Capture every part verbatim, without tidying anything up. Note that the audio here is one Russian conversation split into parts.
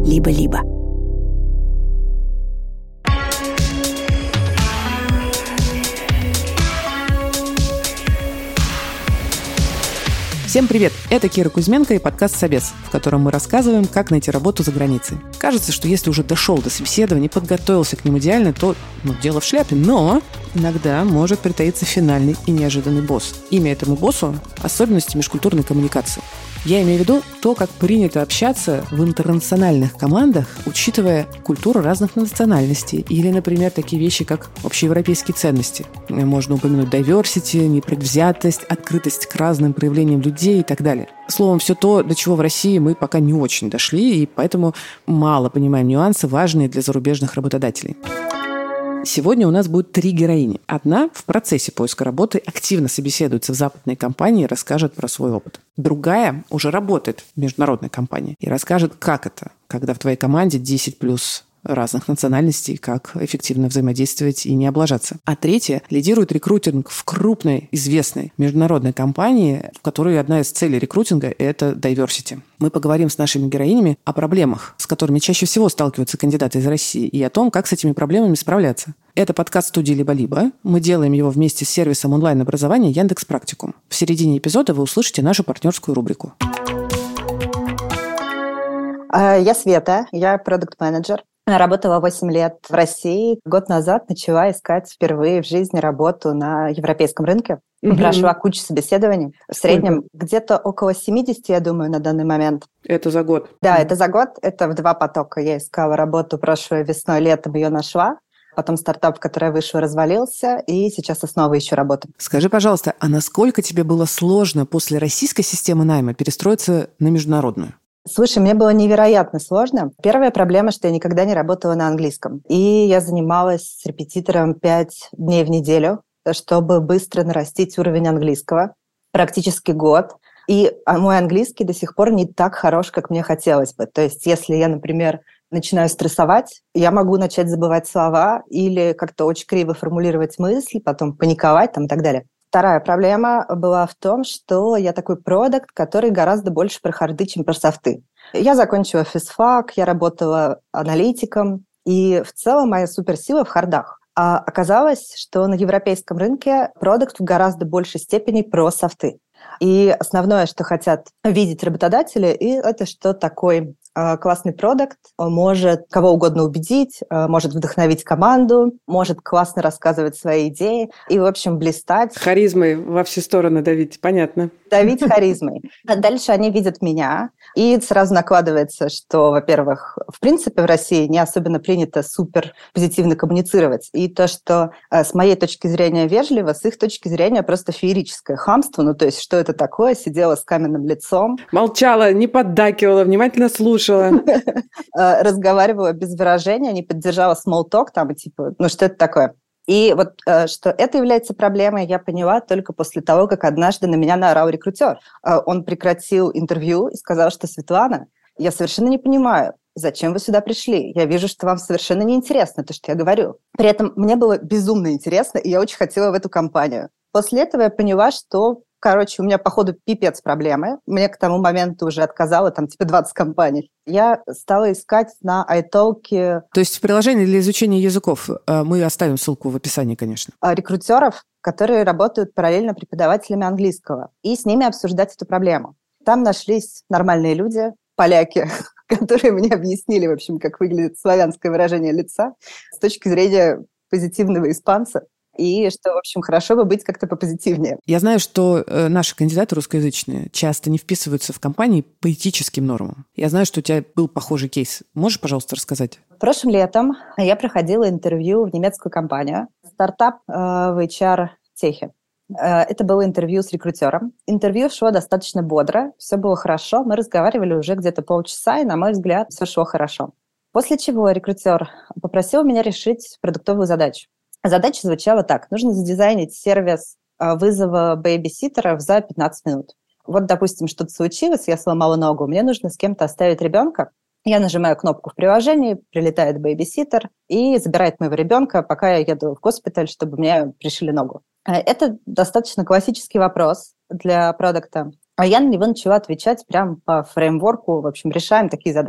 «Либо-либо». Всем привет! Это Кира Кузьменко и подкаст «Собес», в котором мы рассказываем, как найти работу за границей. Кажется, что если уже дошел до собеседования, подготовился к ним идеально, то ну, дело в шляпе. Но иногда может притаиться финальный и неожиданный босс. Имя этому боссу – особенности межкультурной коммуникации. Я имею в виду то, как принято общаться в интернациональных командах, учитывая культуру разных национальностей. Или, например, такие вещи, как общеевропейские ценности. Можно упомянуть diversity, непредвзятость, открытость к разным проявлениям людей и так далее. Словом, все то, до чего в России мы пока не очень дошли, и поэтому мало понимаем нюансы, важные для зарубежных работодателей. Сегодня у нас будет три героини. Одна в процессе поиска работы активно собеседуется в западной компании и расскажет про свой опыт. Другая уже работает в международной компании и расскажет, как это, когда в твоей команде десять плюс разных национальностей, как эффективно взаимодействовать и не облажаться. А третья лидирует рекрутинг в крупной, известной международной компании, в которой одна из целей рекрутинга – это diversity. Мы поговорим с нашими героинями о проблемах, с которыми чаще всего сталкиваются кандидаты из России, и о том, как с этими проблемами справляться. Это подкаст студии «Либо-либо». Мы делаем его вместе с сервисом онлайн-образования Яндекс.Практикум. В середине эпизода вы услышите нашу партнерскую рубрику. Я Света, я продакт-менеджер. Работала восемь лет в России. Год назад начала искать впервые в жизни работу на европейском рынке. Mm-hmm. Прошла кучу собеседований. В среднем Сколько? Где-то около семьдесят, я думаю, на данный момент. Это за год? Да, mm-hmm. это за год. Это в два потока. Я искала работу прошлой весной, летом ее нашла. Потом стартап, в который я вышла, развалился, и сейчас я снова ищу работу. Скажи, пожалуйста, а насколько тебе было сложно после российской системы найма перестроиться на международную? Слушай, мне было невероятно сложно. Первая проблема, что я никогда не работала на английском. И я занималась с репетитором пять дней в неделю, чтобы быстро нарастить уровень английского. Практически год. И мой английский до сих пор не так хорош, как мне хотелось бы. То есть если я, например, начинаю стрессовать, я могу начать забывать слова или как-то очень криво формулировать мысли, потом паниковать там, и так далее. Вторая проблема была в том, что я такой продакт, который гораздо больше про харды, чем про софты. Я закончила физфак, я работала аналитиком, и в целом моя суперсила в хардах. А оказалось, что на европейском рынке продакт в гораздо большей степени про софты. И основное, что хотят видеть работодатели, и это что такой классный продакт может кого угодно убедить, может вдохновить команду, может классно рассказывать свои идеи и, в общем, блистать. Харизмой во все стороны давить, понятно. Давить харизмой. Дальше они видят меня, и сразу накладывается, что, во-первых, в принципе, в России не особенно принято супер позитивно коммуницировать. И то, что с моей точки зрения вежливо, с их точки зрения просто феерическое хамство. Ну, то есть, что это такое? Сидела с каменным лицом. Молчала, не поддакивала, внимательно слушала. Разговаривала без выражения, не поддержала small talk, там, и типа, ну, что это такое? И вот что это является проблемой, я поняла только после того, как однажды на меня наорал рекрутер. Он прекратил интервью и сказал, что Светлана, я совершенно не понимаю, зачем вы сюда пришли? Я вижу, что вам совершенно неинтересно то, что я говорю. При этом мне было безумно интересно, и я очень хотела в эту компанию. После этого я поняла, что, короче, у меня, походу, пипец проблемы. Мне к тому моменту уже отказало там типа двадцать компаний. Я стала искать на iTalki... То есть в приложении для изучения языков, мы оставим ссылку в описании, конечно. Рекрутеров, которые работают параллельно преподавателями английского, и с ними обсуждать эту проблему. Там нашлись нормальные люди, поляки, которые мне объяснили, в общем, как выглядит славянское выражение лица с точки зрения позитивного испанца. И что, в общем, хорошо бы быть как-то попозитивнее. Я знаю, что э, наши кандидаты русскоязычные часто не вписываются в компании по этическим нормам. Я знаю, что у тебя был похожий кейс. Можешь, пожалуйста, рассказать? Прошлым летом я проходила интервью в немецкую компанию. Стартап э, в эйч ар-техе. Э, это было интервью с рекрутером. Интервью шло достаточно бодро, все было хорошо. Мы разговаривали уже где-то полчаса, и, на мой взгляд, все шло хорошо. После чего рекрутер попросил меня решить продуктовую задачу. Задача звучала так. Нужно задизайнить сервис вызова бэйбиситеров за пятнадцать минут. Вот, допустим, что-то случилось, я сломала ногу, мне нужно с кем-то оставить ребенка. Я нажимаю кнопку в приложении, прилетает бэйбиситер и забирает моего ребенка, пока я еду в госпиталь, чтобы мне пришили ногу. Это достаточно классический вопрос для продукта. А я на него начала отвечать прямо по фреймворку, в общем, решаем такие задачи.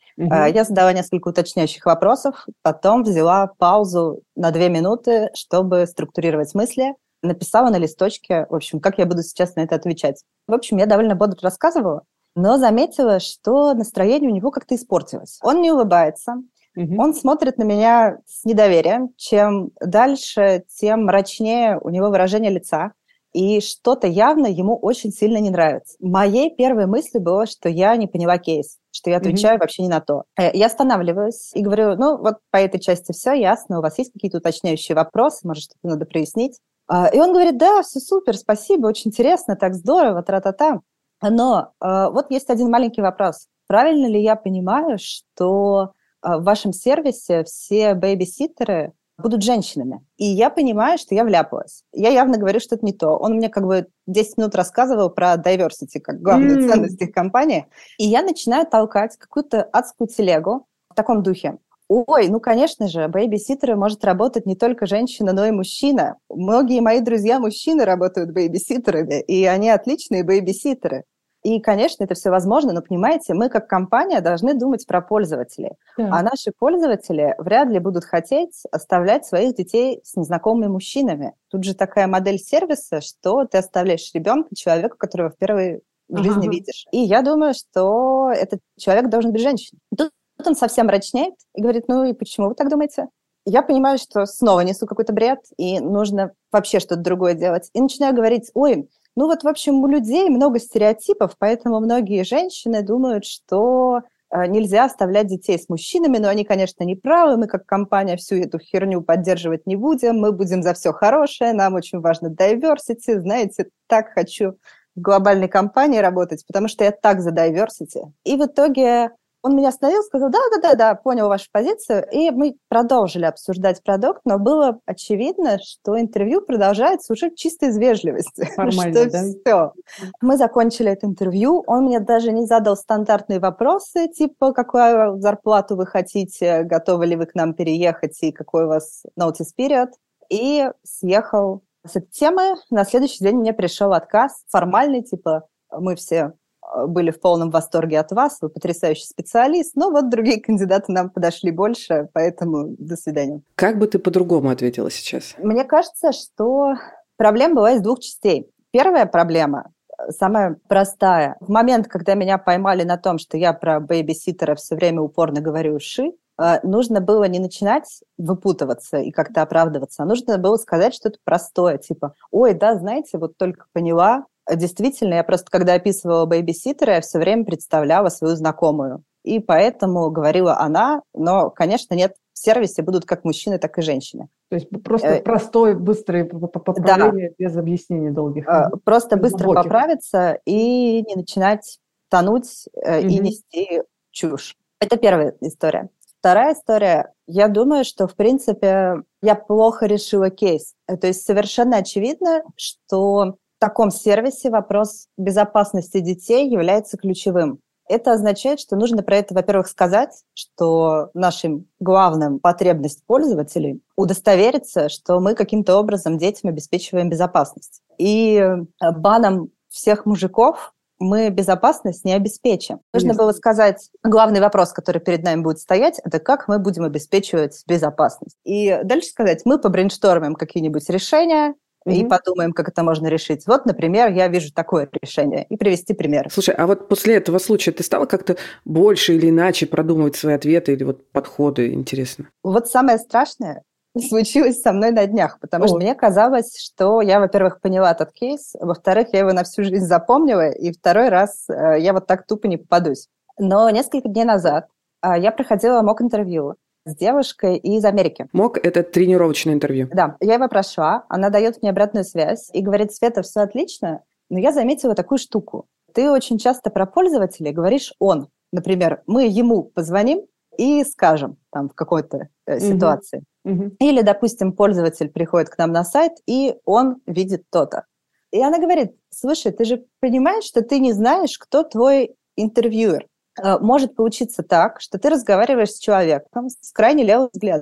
Угу. Я задала несколько уточняющих вопросов, потом взяла паузу на две минуты, чтобы структурировать мысли, написала на листочке, в общем, как я буду сейчас на это отвечать. В общем, я довольно бодро рассказывала, но заметила, что настроение у него как-то испортилось. Он не улыбается, угу. Он смотрит на меня с недоверием. Чем дальше, тем мрачнее у него выражение лица. И что-то явно ему очень сильно не нравится. Моей первой мыслью было, что я не поняла кейс, что я отвечаю mm-hmm. вообще не на то. Я останавливаюсь и говорю, ну вот по этой части все ясно, у вас есть какие-то уточняющие вопросы, может, что-то надо прояснить? И он говорит, да, все супер, спасибо, очень интересно, так здорово, тра-та-та. Но вот есть один маленький вопрос. Правильно ли я понимаю, что в вашем сервисе все бэйби-ситтеры будут женщинами? И я понимаю, что я вляпалась. Я явно говорю, что это не то. Он мне как бы десять минут рассказывал про diversity, как главную mm. ценность их компании. И я начинаю толкать какую-то адскую телегу в таком духе. Ой, ну, конечно же, бэйби-ситтеры может работать не только женщина, но и мужчина. Многие мои друзья-мужчины работают бэйби-ситтерами, и они отличные бэйби-ситтеры. И, конечно, это все возможно, но, понимаете, мы как компания должны думать про пользователей. Да. А наши пользователи вряд ли будут хотеть оставлять своих детей с незнакомыми мужчинами. Тут же такая модель сервиса, что ты оставляешь ребенка, человека, которого впервые в жизни ага. видишь. И я думаю, что этот человек должен быть женщиной. Тут он совсем мрачнеет и говорит, ну и почему вы так думаете? Я понимаю, что снова несу какой-то бред, и нужно вообще что-то другое делать. И начинаю говорить, ой, ну вот, в общем, у людей много стереотипов, поэтому многие женщины думают, что э, нельзя оставлять детей с мужчинами, но они, конечно, не правы, мы как компания всю эту херню поддерживать не будем, мы будем за все хорошее, нам очень важно diversity, знаете, так хочу в глобальной компании работать, потому что я так за diversity. И в итоге он меня остановил, сказал, да-да-да, понял вашу позицию, и мы продолжили обсуждать продукт, но было очевидно, что интервью продолжается уже чисто из вежливости. Формально, что да? Все. Мы закончили это интервью, он мне даже не задал стандартные вопросы, типа, какую зарплату вы хотите, готовы ли вы к нам переехать, и какой у вас notice period, и съехал с этой темы. На следующий день мне пришел отказ формальный, типа, мы все были в полном восторге от вас, вы потрясающий специалист, но вот другие кандидаты нам подошли больше, поэтому до свидания. Как бы ты по-другому ответила сейчас? Мне кажется, что проблема была из двух частей. Первая проблема, самая простая. В момент, когда меня поймали на том, что я про бэйби-ситтера все время упорно говорю «ши», нужно было не начинать выпутываться и как-то оправдываться, а нужно было сказать что-то простое, типа «Ой, да, знаете, вот только поняла». Действительно, я просто, когда описывала бэйби-ситтера, я все время представляла свою знакомую. И поэтому говорила она, но, конечно, нет, в сервисе будут как мужчины, так и женщины. То есть просто э- простое, быстрое поправление, да. без объяснений долгих. Просто без быстро глубоких. Поправиться и не начинать тонуть э- mm-hmm. и нести чушь. Это первая история. Вторая история. Я думаю, что, в принципе, я плохо решила кейс. То есть совершенно очевидно, что в таком сервисе вопрос безопасности детей является ключевым. Это означает, что нужно про это, во-первых, сказать, что нашим главным потребность пользователей удостовериться, что мы каким-то образом детям обеспечиваем безопасность. И баном всех мужиков мы безопасность не обеспечим. Нужно было сказать, главный вопрос, который перед нами будет стоять, это как мы будем обеспечивать безопасность. И дальше сказать, мы побрейнштормим какие-нибудь решения, и mm-hmm. подумаем, как это можно решить. Вот, например, я вижу такое решение. И привести пример. Слушай, а вот после этого случая ты стала как-то больше или иначе продумывать свои ответы или вот подходы? Интересно. Вот самое страшное случилось со мной на днях, потому О. что мне казалось, что я, во-первых, поняла этот кейс, во-вторых, я его на всю жизнь запомнила, и второй раз э, я вот так тупо не попадусь. Но несколько дней назад э, я проходила мок-интервью с девушкой из Америки. МОК – это тренировочное интервью. Да, я его прошла, она дает мне обратную связь и говорит, Света, все отлично, но я заметила такую штуку. Ты очень часто про пользователя говоришь «он». Например, мы ему позвоним и скажем там в какой-то э, ситуации. Uh-huh. Или, допустим, пользователь приходит к нам на сайт, и он видит то-то. И она говорит, слушай, ты же понимаешь, что ты не знаешь, кто твой интервьюер. Может получиться так, что ты разговариваешь с человеком с крайне левыми взглядами.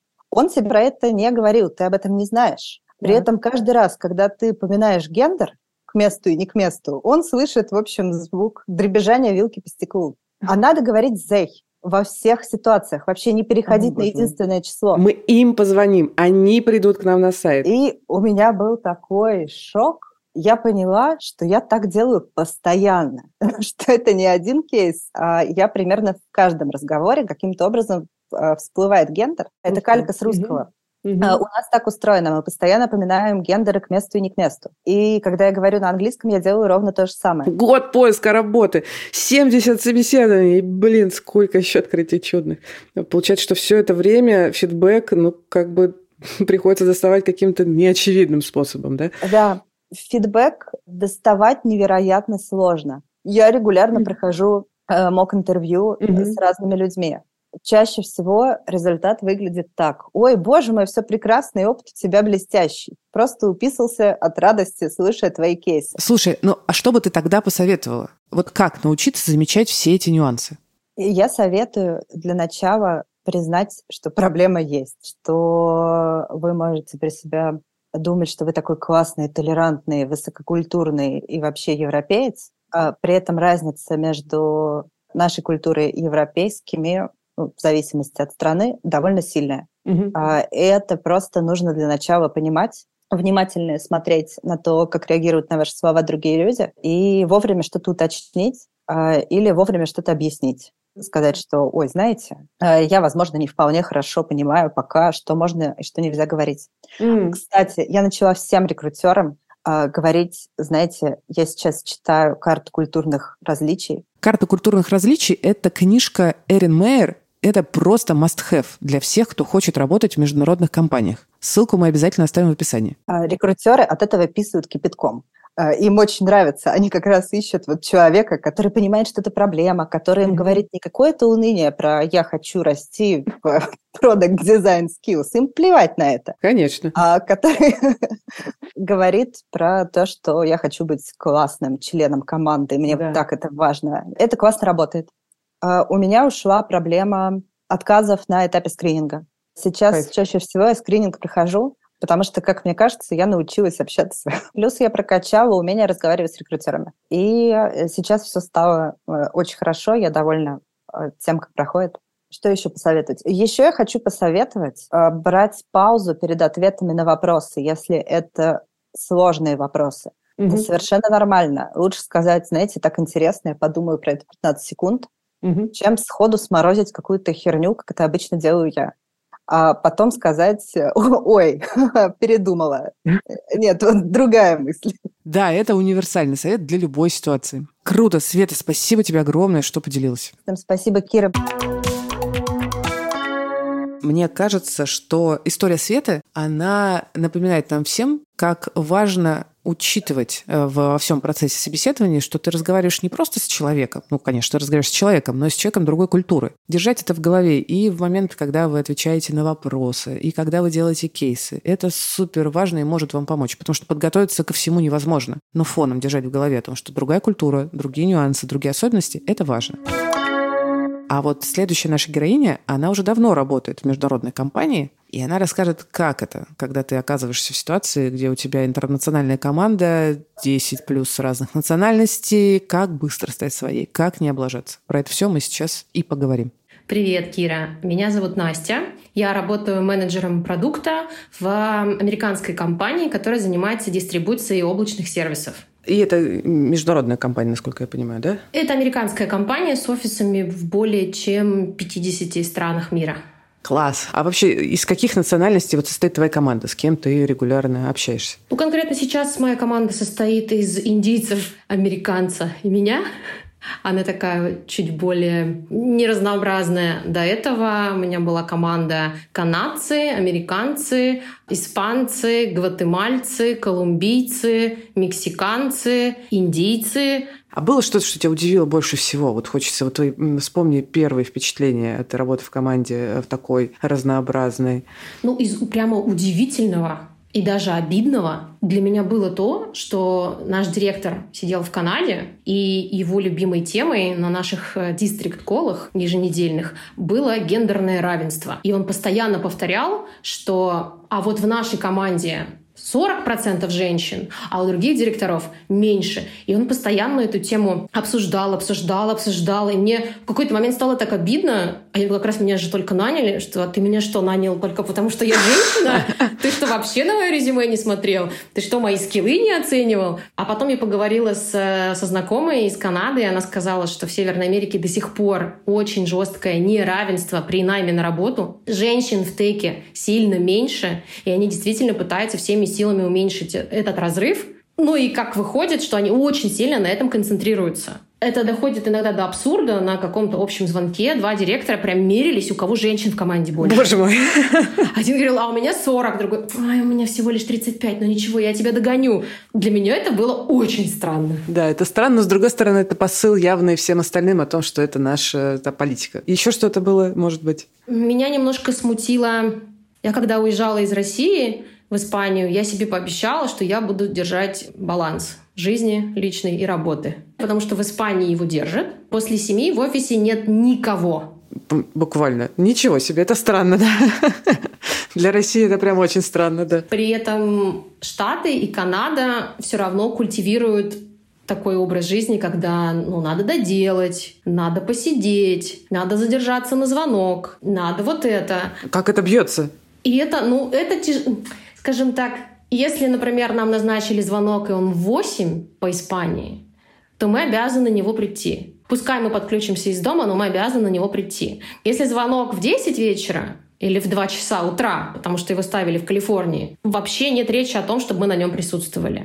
Он тебе про это не говорил, ты об этом не знаешь. При да. этом каждый раз, когда ты поминаешь гендер к месту и не к месту, он слышит, в общем, звук дребезжания вилки по стеклу. А надо говорить «they». во всех ситуациях, вообще не переходить О, на единственное число. Мы им позвоним, они придут к нам на сайт. И у меня был такой шок. Я поняла, что я так делаю постоянно, что это не один кейс, а я примерно в каждом разговоре каким-то образом всплывает гендер. Это калька с русского. Угу. У нас так устроено, мы постоянно поминаем гендеры к месту и не к месту. И когда я говорю на английском, я делаю ровно то же самое. Год поиска работы, семьдесят собеседований, блин, сколько еще открытий чудных. Получается, что все это время фидбэк, ну, как бы приходится доставать каким-то неочевидным способом, да? Да. Фидбэк доставать невероятно сложно. Я регулярно mm-hmm. прохожу э, мок-интервью mm-hmm. с разными людьми. Чаще всего результат выглядит так. Ой, боже мой, все прекрасно, и опыт у тебя блестящий. Просто уписался от радости, слыша твои кейсы. Слушай, ну а что бы ты тогда посоветовала? Вот как научиться замечать все эти нюансы? Я советую для начала признать, что проблема есть, что вы можете при себе думать, что вы такой классный, толерантный, высококультурный и вообще европеец. А при этом разница между нашей культурой и европейскими, ну, в зависимости от страны, довольно сильная. Mm-hmm. А, и это просто нужно для начала понимать, внимательно смотреть на то, как реагируют на ваши слова другие люди, и вовремя что-то уточнить а, или вовремя что-то объяснить. Сказать, что, ой, знаете, я, возможно, не вполне хорошо понимаю пока, что можно и что нельзя говорить. Mm. Кстати, я начала всем рекрутерам э, говорить, знаете, я сейчас читаю «Карту культурных различий». «Карта культурных различий» — это книжка Эрин Мейер. Это просто must-have для всех, кто хочет работать в международных компаниях. Ссылку мы обязательно оставим в описании. А рекрутеры от этого писают кипятком. Им очень нравится. Они как раз ищут вот человека, который понимает, что это проблема, который им mm-hmm. говорит не какое-то уныние про «я хочу расти в product design skills». Им плевать на это. Конечно. А который говорит про то, что я хочу быть классным членом команды, мне да. так это важно. Это классно работает. У меня ушла проблема отказов на этапе скрининга. Сейчас Right. чаще всего я скрининг прохожу, потому что, как мне кажется, я научилась общаться. Плюс я прокачала умение разговаривать с рекрутерами. И сейчас все стало очень хорошо, я довольна тем, как проходит. Что еще посоветовать? Еще я хочу посоветовать брать паузу перед ответами на вопросы, если это сложные вопросы. Mm-hmm. Это совершенно нормально. Лучше сказать, знаете, так интересно, я подумаю про это пятнадцать секунд, mm-hmm. чем сходу сморозить какую-то херню, как это обычно делаю я. А потом сказать, ой, передумала. Нет, вот другая мысль. Да, это универсальный совет для любой ситуации. Круто, Света, спасибо тебе огромное, что поделилась. Всем спасибо, Кира. Мне кажется, что история Светы, она напоминает нам всем, как важно учитывать во всем процессе собеседования, что ты разговариваешь не просто с человеком, ну, конечно, ты разговариваешь с человеком, но и с человеком другой культуры. Держать это в голове и в момент, когда вы отвечаете на вопросы, и когда вы делаете кейсы. Это супер важно и может вам помочь, потому что подготовиться ко всему невозможно. Но фоном держать в голове о том, что другая культура, другие нюансы, другие особенности – это важно. А вот следующая наша героиня, она уже давно работает в международной компании, и она расскажет, как это, когда ты оказываешься в ситуации, где у тебя интернациональная команда, десять плюс разных национальностей, как быстро стать своей, как не облажаться. Про это все мы сейчас и поговорим. Привет, Кира. Меня зовут Настя. Я работаю менеджером продукта в американской компании, которая занимается дистрибуцией облачных сервисов. И это международная компания, насколько я понимаю, да? Это американская компания с офисами в более чем пятидесяти странах мира. Класс. А вообще, из каких национальностей вот состоит твоя команда? С кем ты регулярно общаешься? Ну, конкретно сейчас моя команда состоит из индийцев, американца и меня. Она такая чуть более неразнообразная. До этого у меня была команда канадцы, американцы, испанцы, гватемальцы, колумбийцы, мексиканцы, индийцы. А было что-то, что тебя удивило больше всего? Вот хочется, вот твои, вспомни первые впечатления от работы в команде в такой разнообразной. Ну, из прямо удивительного и даже обидного для меня было то, что наш директор сидел в Канаде, и его любимой темой на наших дистрикт-колах еженедельных было гендерное равенство. И он постоянно повторял, что «а вот в нашей команде сорок процентов женщин, а у других директоров меньше. И он постоянно эту тему обсуждал, обсуждал, обсуждал. И мне в какой-то момент стало так обидно. Они как раз меня же только наняли, что ты меня что, нанял только потому, что я женщина? Ты что, вообще на мое резюме не смотрел? Ты что, мои скиллы не оценивал? А потом я поговорила с, со знакомой из Канады, и она сказала, что в Северной Америке до сих пор очень жесткое неравенство при найме на работу. Женщин в теке сильно меньше, и они действительно пытаются всеми силами уменьшить этот разрыв. Ну и как выходит, что они очень сильно на этом концентрируются. Это доходит иногда до абсурда. На каком-то общем звонке два директора прям мерились, у кого женщин в команде больше. Боже мой. Один говорил, а у меня сорок, другой, ай, у меня всего лишь тридцать пять, ну ничего, я тебя догоню. Для меня это было очень странно. Да, это странно, но с другой стороны, это посыл явный всем остальным о том, что это наша та, политика. Еще что-то было, может быть? Меня немножко смутило. Я когда уезжала из России в Испанию, я себе пообещала, что я буду держать баланс жизни личной и работы. Потому что в Испании его держат. После семьи в офисе нет никого. Буквально. Ничего себе, это странно, да? Для России это прям очень странно, да. При этом Штаты и Канада все равно культивируют такой образ жизни, когда ну, надо доделать, надо посидеть, надо задержаться на звонок, надо вот это. Как это бьется? И это, ну, это, скажем так, если, например, нам назначили звонок, и он в восемь по Испании, то мы обязаны на него прийти. Пускай мы подключимся из дома, но мы обязаны на него прийти. Если звонок в десять вечера или в два часа утра, потому что его ставили в Калифорнии, вообще нет речи о том, чтобы мы на нем присутствовали.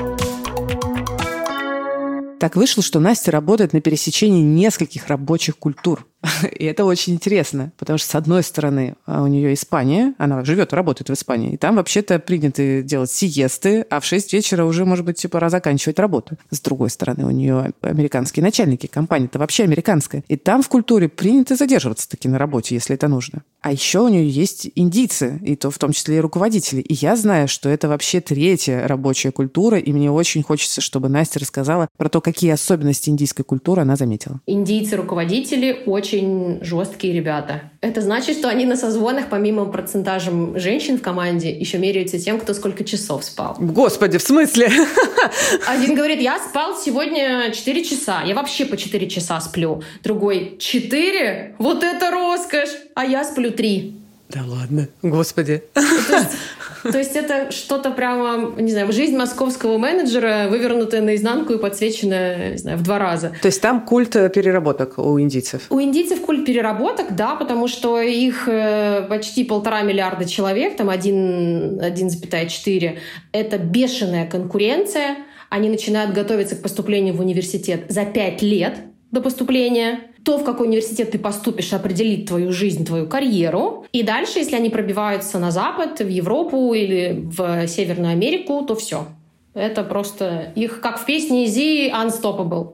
Так вышло, что Настя работает на пересечении нескольких рабочих культур. И это очень интересно, потому что, с одной стороны, у нее Испания, она живет и работает в Испании, и там вообще-то принято делать сиесты, а в шесть вечера уже, может быть, пора заканчивать работу. С другой стороны, у нее американские начальники, компания-то вообще американская, и там в культуре принято задерживаться таки на работе, если это нужно. А еще у нее есть индийцы, и то в том числе и руководители. И я знаю, что это вообще третья рабочая культура, и мне очень хочется, чтобы Настя рассказала про то, какие особенности индийской культуры она заметила. Индийцы-руководители очень очень жесткие ребята. Это значит, что они на созвонах, помимо процентажем женщин в команде, еще меряются тем, кто сколько часов спал. Господи, в смысле? Один говорит, я спал сегодня четыре часа. Я вообще по четыре часа сплю. Другой, четыре? Вот это роскошь! А я сплю три. Да ладно, господи. То есть, то есть это что-то прямо, не знаю, жизнь московского менеджера, вывернутая наизнанку и подсвеченная, не знаю, в два раза. То есть там культ переработок у индийцев? У индийцев культ переработок, да, потому что их почти полтора миллиарда человек, там один целых четыре десятых, это бешеная конкуренция. Они начинают готовиться к поступлению в университет за пять лет до поступления. То, в какой университет ты поступишь, определит твою жизнь, твою карьеру. И дальше, если они пробиваются на Запад, в Европу или в Северную Америку, то все. Это просто их, как в песне Изи, «Unstoppable».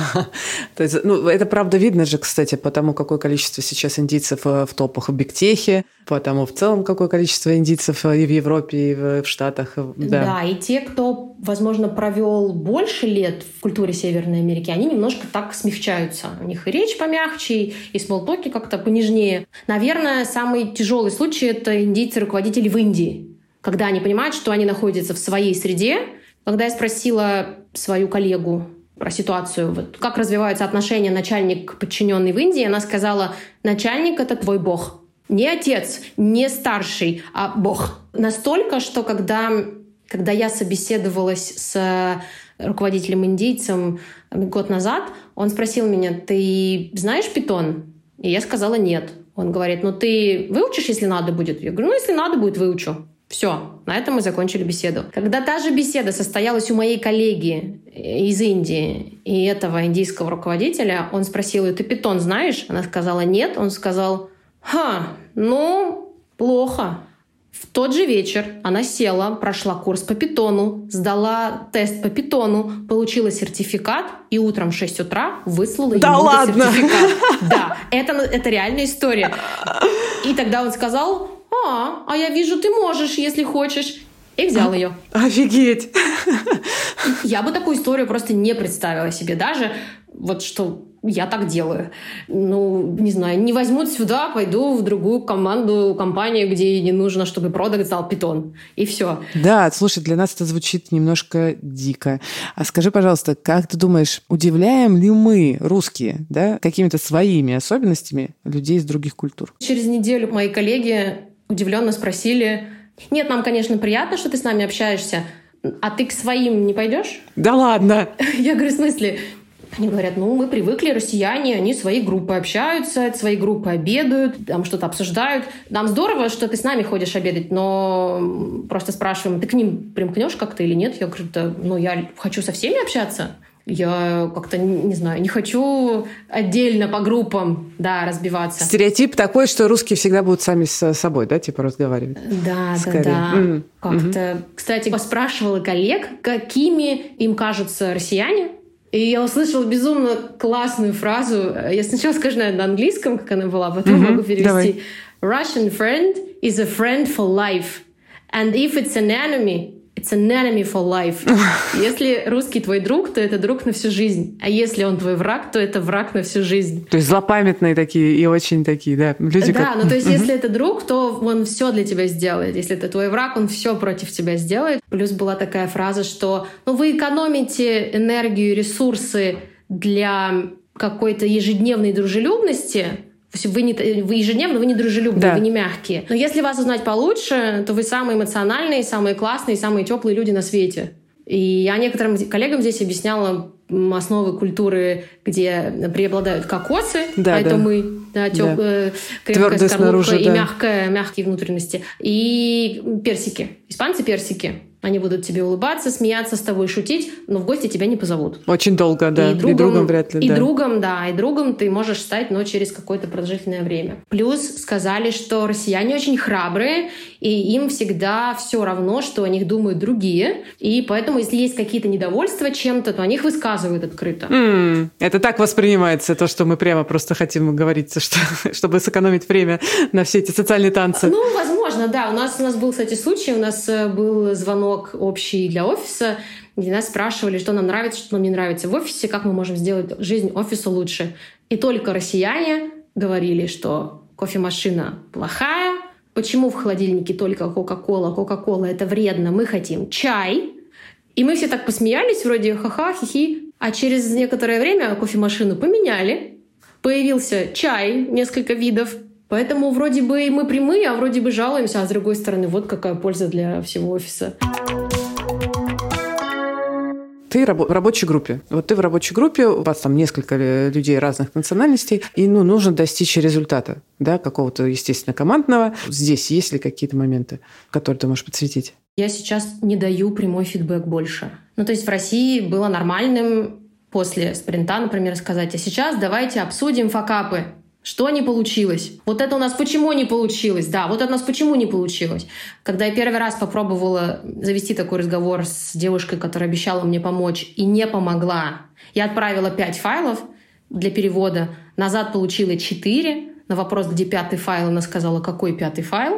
То есть, ну, это правда видно же, кстати, по тому, какое количество сейчас индийцев в топах в бигтехе, по тому в целом, какое количество индийцев и в Европе, и в Штатах. Да. Да, и те, кто, возможно, провел больше лет в культуре Северной Америки, они немножко так смягчаются. У них и речь помягче, и смолтоки как-то понежнее. Наверное, самый тяжелый случай — это индийцы-руководители в Индии, когда они понимают, что они находятся в своей среде. Когда я спросила свою коллегу про ситуацию, вот, как развиваются отношения начальник-подчиненный в Индии, она сказала, начальник — это твой бог. Не отец, не старший, а бог. Настолько, что когда, когда я собеседовалась с руководителем-индийцем год назад, он спросил меня, ты знаешь питон? И я сказала нет. Он говорит, ну ты выучишь, если надо будет? Я говорю, ну если надо будет, выучу. Все, на этом мы закончили беседу. Когда та же беседа состоялась у моей коллеги из Индии и этого индийского руководителя, он спросил ее, ты питон знаешь? Она сказала нет. Он сказал, ха, ну, плохо. В тот же вечер она села, прошла курс по питону, сдала тест по питону, получила сертификат и утром в шесть утра выслала да ему ладно? сертификат. Да, это, это реальная история. И тогда он сказал, а, а я вижу, ты можешь, если хочешь. И взял ее. Офигеть! Я бы такую историю просто не представила себе. Даже вот что я так делаю. Ну, не знаю, не возьмут сюда, пойду в другую команду, компанию, где не нужно, чтобы продакт знал Python. И все. Да, слушай, для нас это звучит немножко дико. А скажи, пожалуйста, как ты думаешь, удивляем ли мы, русские, да, какими-то своими особенностями людей из других культур? Через неделю мои коллеги удивленно спросили: нет, нам, конечно, приятно, что ты с нами общаешься, а ты к своим не пойдешь? Да ладно! Я говорю, в смысле? Они говорят, ну, мы привыкли, россияне, они своей группой общаются, своей группой обедают, там что-то обсуждают. Нам здорово, что ты с нами ходишь обедать, но просто спрашиваем, ты к ним примкнешь как-то или нет? Я говорю, да, ну, я хочу со всеми общаться. Я как-то, не знаю, не хочу отдельно по группам, да, разбиваться. Стереотип такой, что русские всегда будут сами с собой, да, типа разговаривать? Да, скорее. да, да. Mm-hmm. Как-то. Mm-hmm. Кстати, поспрашивала коллег, какими им кажутся россияне. И я услышала безумно классную фразу. Я сначала скажу, наверное, на английском, как она была, потом mm-hmm. могу перевести. Давай. Russian friend is a friend for life. And if it's an enemy, it's an enemy for life. Если русский твой друг, то это друг на всю жизнь. А если он твой враг, то это враг на всю жизнь. То есть злопамятные такие и очень такие, да, люди. Да, как... ну то есть если это друг, то он все для тебя сделает. Если это твой враг, он все против тебя сделает. Плюс была такая фраза, что ну, вы экономите энергию, ресурсы для какой-то ежедневной дружелюбности. Вы, не, вы ежедневно, вы не дружелюбные, да. Вы не мягкие. Но если вас узнать получше, то вы самые эмоциональные, самые классные, самые теплые люди на свете. И я некоторым коллегам здесь объясняла основы культуры, где преобладают кокосы, да, а да. Это мы, да, тёп, да. крепкая скорлупка и да. мягкая, мягкие внутренности, и персики. Испанцы персики. Они будут тебе улыбаться, смеяться с тобой, шутить, но в гости тебя не позовут. Очень долго, да. И другом, и другом вряд ли. И да. другом, да. И другом ты можешь стать, но через какое-то продолжительное время. Плюс сказали, что россияне очень храбрые, и им всегда все равно, что о них думают другие. И поэтому, если есть какие-то недовольства чем-то, то они их высказывают открыто. Mm, это так воспринимается, то, что мы прямо просто хотим говорить, что, чтобы сэкономить время на все эти социальные танцы. Ну, возможно, да. У нас, у нас был, кстати, случай. У нас был звонок общий для офиса, где нас спрашивали, что нам нравится, что нам не нравится в офисе, как мы можем сделать жизнь офиса лучше. И только россияне говорили, что кофемашина плохая, почему в холодильнике только Кока-Кола, Кока-Кола — это вредно, мы хотим чай. И мы все так посмеялись, вроде ха-ха, хи-хи. А через некоторое время кофемашину поменяли, появился чай, несколько видов. Поэтому вроде бы мы прямые, а вроде бы жалуемся, а с другой стороны, вот какая польза для всего офиса. Ты в рабочей группе. Вот ты в рабочей группе, у вас там несколько людей разных национальностей, и ну, нужно достичь результата, да, какого-то, естественно, командного. Здесь есть ли какие-то моменты, которые ты можешь подсветить? Я сейчас не даю прямой фидбэк больше. Ну, то есть в России было нормальным после спринта, например, сказать, а сейчас давайте обсудим факапы. Что не получилось? Вот это у нас почему не получилось? Да, вот это у нас почему не получилось? Когда я первый раз попробовала завести такой разговор с девушкой, которая обещала мне помочь, и не помогла, я отправила пять файлов для перевода, назад получила четыре. На вопрос, где пятый файл, она сказала, какой пятый файл?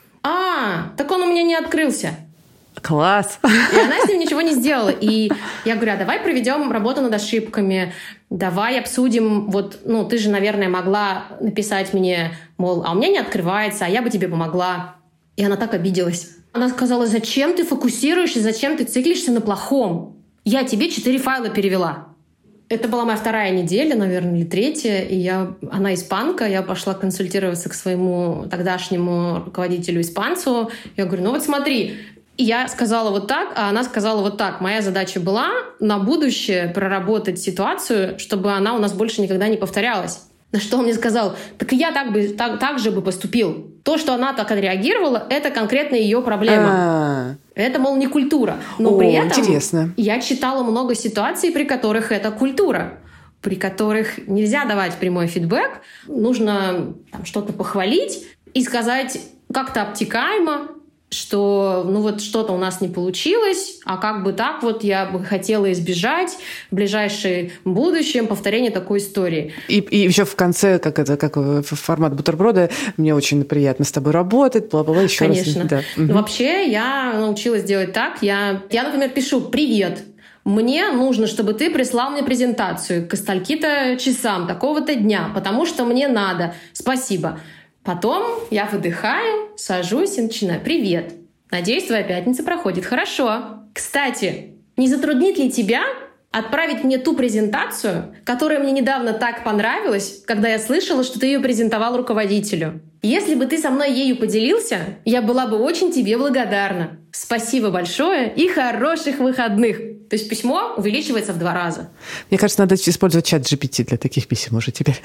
А, так он у меня не открылся. Класс! И она с ним ничего не сделала. И я говорю, а давай проведем работу над ошибками, давай обсудим, вот, ну, ты же, наверное, могла написать мне, мол, а у меня не открывается, а я бы тебе помогла. И она так обиделась. Она сказала, зачем ты фокусируешься, зачем ты циклишься на плохом? Я тебе четыре файла перевела. Это была моя вторая неделя, наверное, или третья, и я, она испанка, я пошла консультироваться к своему тогдашнему руководителю испанцу. Я говорю, ну вот смотри, и я сказала вот так, а она сказала вот так. Моя задача была на будущее проработать ситуацию, чтобы она у нас больше никогда не повторялась. На что он мне сказал, так и я так, бы, так, так же бы поступил. То, что она так отреагировала, это конкретно ее проблема. А-а-а. Это, мол, не культура. Но О, при этом интересно. Я читала много ситуаций, при которых это культура, при которых нельзя давать прямой фидбэк. Нужно там, что-то похвалить и сказать как-то обтекаемо, что ну вот что-то у нас не получилось, а как бы так вот я бы хотела избежать в ближайшем будущем повторения такой истории. И, и еще в конце, как это, как формат бутерброда, мне очень приятно с тобой работать, бла-бла-бла, еще Конечно. раз. Да. Угу. Вообще я научилась делать так. Я, я, например, пишу «Привет». мне нужно, чтобы ты прислал мне презентацию к стольки-то часам, такого-то дня, потому что мне надо. Спасибо. Потом я выдыхаю, сажусь и начинаю. Привет. Надеюсь, твоя пятница проходит хорошо. Кстати, не затруднит ли тебя отправить мне ту презентацию, которая мне недавно так понравилась, когда я слышала, что ты ее презентовал руководителю? Если бы ты со мной ею поделился, я была бы очень тебе благодарна. Спасибо большое и хороших выходных. То есть письмо увеличивается в два раза. Мне кажется, надо использовать чат джи пи ти для таких писем уже теперь.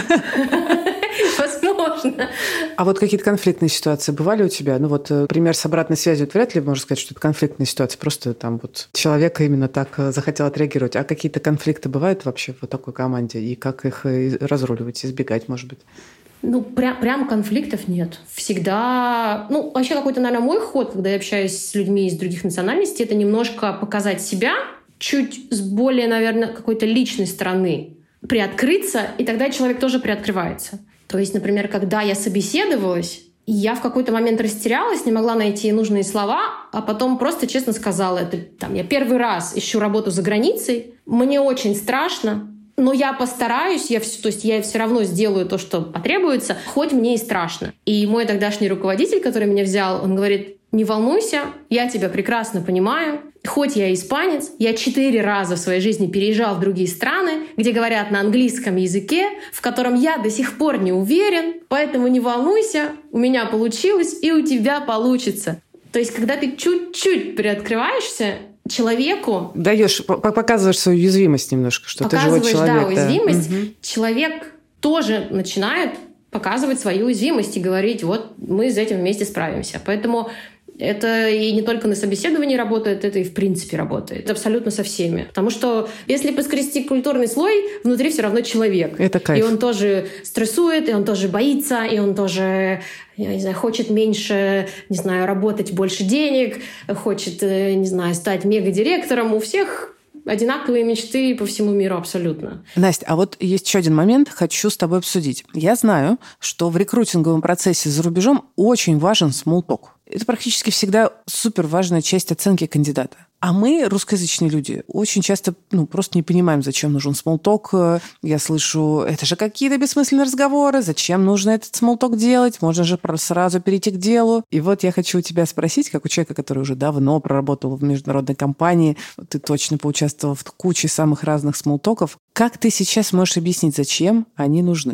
Возможно. А вот какие-то конфликтные ситуации бывали у тебя? Ну вот пример с обратной связью, вот вряд ли можно сказать, что это конфликтная ситуация. Просто там вот человек именно так захотел отреагировать. А какие-то конфликты бывают вообще в такой команде? И как их разруливать, избегать, может быть? Ну, прям, прям конфликтов нет. Всегда... Ну, вообще какой-то, наверное, мой ход, когда я общаюсь с людьми из других национальностей, это немножко показать себя чуть с более, наверное, какой-то личной стороны. Приоткрыться, и тогда человек тоже приоткрывается. То есть, например, когда я собеседовалась, я в какой-то момент растерялась, не могла найти нужные слова, а потом просто честно сказала, это там, я первый раз ищу работу за границей, мне очень страшно, но я постараюсь, я все, то есть я все равно сделаю то, что потребуется, хоть мне и страшно. И мой тогдашний руководитель, который меня взял, он говорит, не волнуйся, я тебя прекрасно понимаю. Хоть я испанец, я четыре раза в своей жизни переезжал в другие страны, где говорят на английском языке, в котором я до сих пор не уверен, поэтому не волнуйся, у меня получилось и у тебя получится. То есть когда ты чуть-чуть приоткрываешься, человеку... Даешь, показываешь свою уязвимость немножко, что ты живой человек. Да, уязвимость. Да. Человек тоже начинает показывать свою уязвимость и говорить, вот мы с этим вместе справимся. Поэтому это и не только на собеседовании работает, это и в принципе работает. Это абсолютно со всеми. Потому что если поскрести культурный слой, внутри все равно человек. Это кайф. И он тоже стрессует, и он тоже боится, и он тоже, я не знаю, хочет меньше, не знаю, работать, больше денег, хочет, не знаю, стать мегадиректором. У всех одинаковые мечты по всему миру абсолютно. Настя, а вот есть еще один момент, хочу с тобой обсудить. Я знаю, что в рекрутинговом процессе за рубежом очень важен small talk. Это практически всегда супер важная часть оценки кандидата. А мы, русскоязычные люди, очень часто ну, просто не понимаем, зачем нужен смолток. Я слышу, это же какие-то бессмысленные разговоры, зачем нужно этот смолток делать, можно же сразу перейти к делу. И вот я хочу у тебя спросить, как у человека, который уже давно проработал в международной компании, ты точно поучаствовал в куче самых разных смолтоков, как ты сейчас можешь объяснить, зачем они нужны?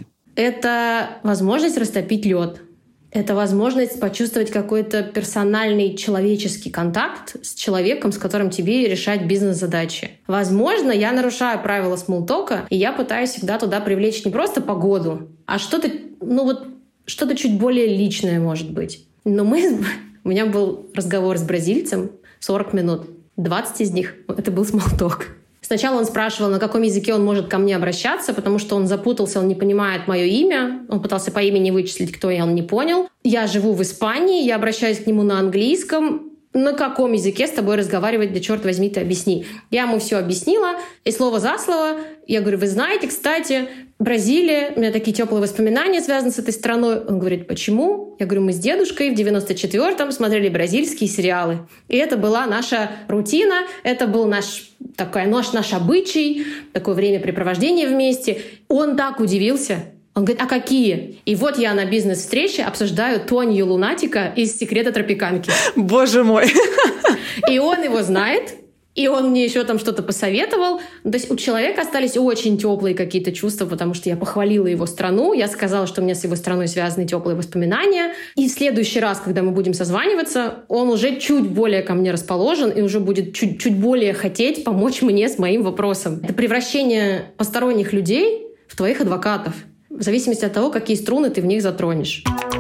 Это возможность растопить лед. Это возможность почувствовать какой-то персональный человеческий контакт с человеком, с которым тебе решать бизнес-задачи. Возможно, я нарушаю правила смолтока, и я пытаюсь всегда туда привлечь не просто погоду, а что-то, ну вот, что-то чуть более личное, может быть. Но мы... У меня был разговор с бразильцем сорок минут. двадцать из них — это был смолток. Сначала он спрашивал, на каком языке он может ко мне обращаться, потому что он запутался, он не понимает мое имя. Он пытался по имени вычислить, кто я, он не понял. Я живу в Испании, я обращаюсь к нему на английском. На каком языке с тобой разговаривать, да черт возьми, ты объясни. Я ему все объяснила, и слово за слово я говорю, вы знаете, кстати, Бразилия, у меня такие теплые воспоминания связаны с этой страной. Он говорит, почему? Я говорю, мы с дедушкой в девяносто четвёртом смотрели бразильские сериалы. И это была наша рутина, это был наш, такой, наш, наш обычай, такое времяпрепровождение вместе. Он так удивился. Он говорит, а какие? И вот я на бизнес-встрече обсуждаю Тонью Лунатика из «Секрета тропиканки». Боже мой! И он его знает, и он мне еще там что-то посоветовал. То есть у человека остались очень теплые какие-то чувства, потому что я похвалила его страну, я сказала, что у меня с его страной связаны теплые воспоминания. И в следующий раз, когда мы будем созваниваться, он уже чуть более ко мне расположен и уже будет чуть, чуть более хотеть помочь мне с моим вопросом. Это превращение посторонних людей в твоих адвокатов. В зависимости от того, какие струны ты в них затронешь.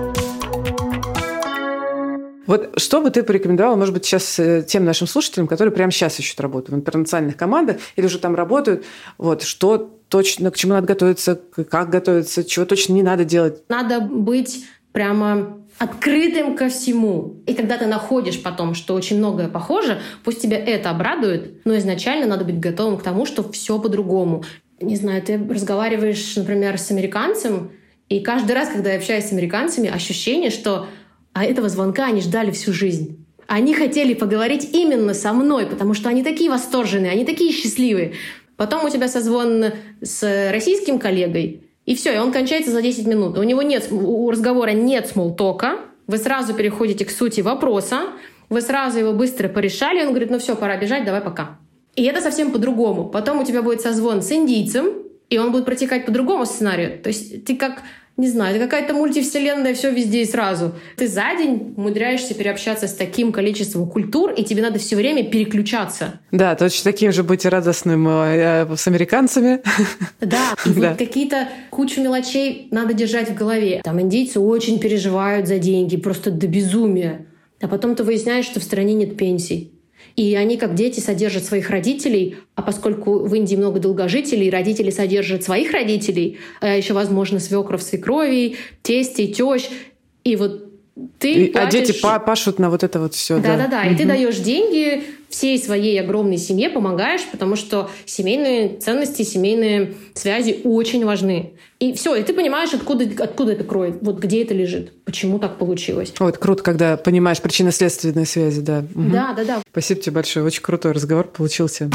Вот что бы ты порекомендовала, может быть, сейчас тем нашим слушателям, которые прямо сейчас ищут работу в интернациональных командах или уже там работают, вот, что точно, к чему надо готовиться, как готовиться, чего точно не надо делать? Надо быть прямо открытым ко всему. И когда ты находишь потом, что очень многое похоже, пусть тебя это обрадует, но изначально надо быть готовым к тому, что все по-другому. Не знаю, ты разговариваешь, например, с американцем, и каждый раз, когда я общаюсь с американцами, ощущение, что а этого звонка они ждали всю жизнь. Они хотели поговорить именно со мной, потому что они такие восторженные, они такие счастливые. Потом у тебя созвон с российским коллегой, и все, и он кончается за десять минут. У него нет, у разговора нет смолтока, вы сразу переходите к сути вопроса, вы сразу его быстро порешали, он говорит, ну все, пора бежать, давай пока. И это совсем по-другому. Потом у тебя будет созвон с индийцем, и он будет протекать по другому сценарию. То есть ты как... Не знаю, это какая-то мультивселенная, все везде и сразу. Ты за день умудряешься переобщаться с таким количеством культур, и тебе надо все время переключаться. Да, точно таким же быть радостным э, с американцами. Да, и да. Вот какие-то кучу мелочей надо держать в голове. Там индийцы очень переживают за деньги, просто до безумия. А потом ты выясняешь, что в стране нет пенсий. И они, как дети, содержат своих родителей, а поскольку в Индии много долгожителей, родители содержат своих родителей, а еще, возможно, свекров, свекровей, тестей, тещ. И вот ты и, платишь... А дети пашут на вот это вот все. Да-да-да, да. и угу. ты даешь деньги всей своей огромной семье, помогаешь, потому что семейные ценности, семейные связи очень важны. И все, и ты понимаешь, откуда, откуда это кроет, вот где это лежит, почему так получилось. Ой, это круто, когда понимаешь причинно-следственные связи, да. Угу. Да, да, да. Спасибо тебе большое, очень крутой разговор получился.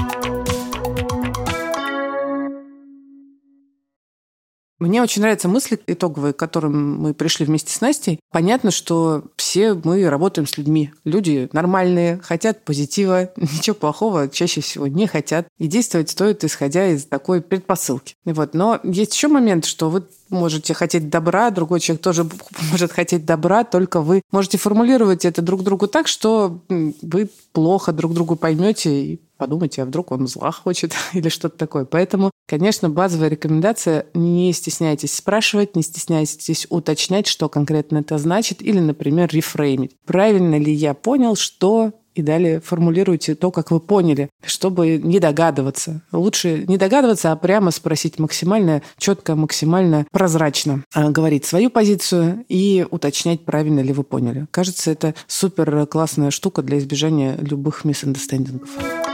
Мне очень нравятся мысли итоговые, к которым мы пришли вместе с Настей. Понятно, что все мы работаем с людьми. Люди нормальные, хотят позитива, ничего плохого чаще всего не хотят. И действовать стоит, исходя из такой предпосылки. Вот. Но есть еще момент, что вы можете хотеть добра, другой человек тоже может хотеть добра, только вы можете формулировать это друг другу так, что вы плохо друг другу поймете и подумайте, а вдруг он зла хочет или что-то такое. Поэтому, конечно, базовая рекомендация – не стесняйтесь спрашивать, не стесняйтесь уточнять, что конкретно это значит, или, например, рефреймить. Правильно ли я понял, что... И далее формулируйте то, как вы поняли, чтобы не догадываться. Лучше не догадываться, а прямо спросить максимально четко, максимально прозрачно. Говорить свою позицию и уточнять, правильно ли вы поняли. Кажется, это супер классная штука для избежания любых миссандерстендингов.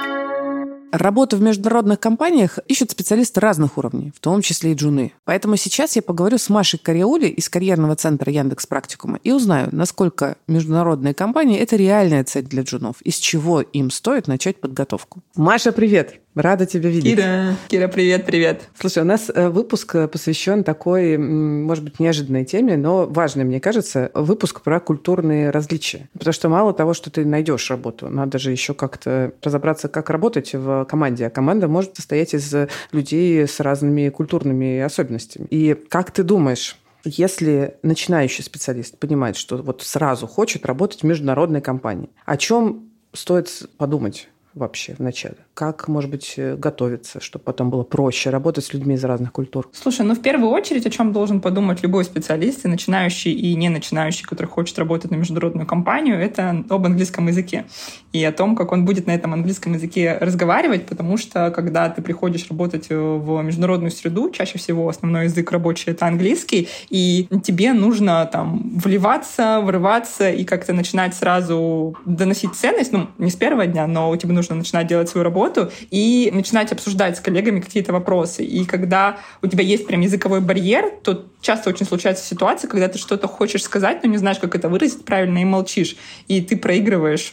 Работу в международных компаниях ищут специалисты разных уровней, в том числе и джуны. Поэтому сейчас я поговорю с Машей Кариули из карьерного центра Яндекс.Практикума и узнаю, насколько международные компании – это реальная цель для джунов и с чего им стоит начать подготовку. Маша, привет! Рада тебя видеть. Кира, Кира, привет, привет. Слушай, у нас выпуск посвящен такой, может быть, неожиданной теме, но важной, мне кажется, выпуск про культурные различия. Потому что мало того, что ты найдешь работу, надо же еще как-то разобраться, как работать в команде. А команда может состоять из людей с разными культурными особенностями. И как ты думаешь, если начинающий специалист понимает, что вот сразу хочет работать в международной компании, о чем стоит подумать вообще вначале? Как, может быть, готовиться, чтобы потом было проще работать с людьми из разных культур? Слушай, ну в первую очередь, о чем должен подумать любой специалист, и начинающий, и не начинающий, который хочет работать на международную компанию, это об английском языке. И о том, как он будет на этом английском языке разговаривать, потому что, когда ты приходишь работать в международную среду, чаще всего основной язык рабочий — это английский, и тебе нужно там вливаться, врываться и как-то начинать сразу доносить ценность, ну, не с первого дня, но тебе нужно начинать делать свою работу и начинать обсуждать с коллегами какие-то вопросы. И когда у тебя есть прям языковой барьер, то часто очень случается ситуация, когда ты что-то хочешь сказать, но не знаешь, как это выразить правильно, и молчишь. И ты проигрываешь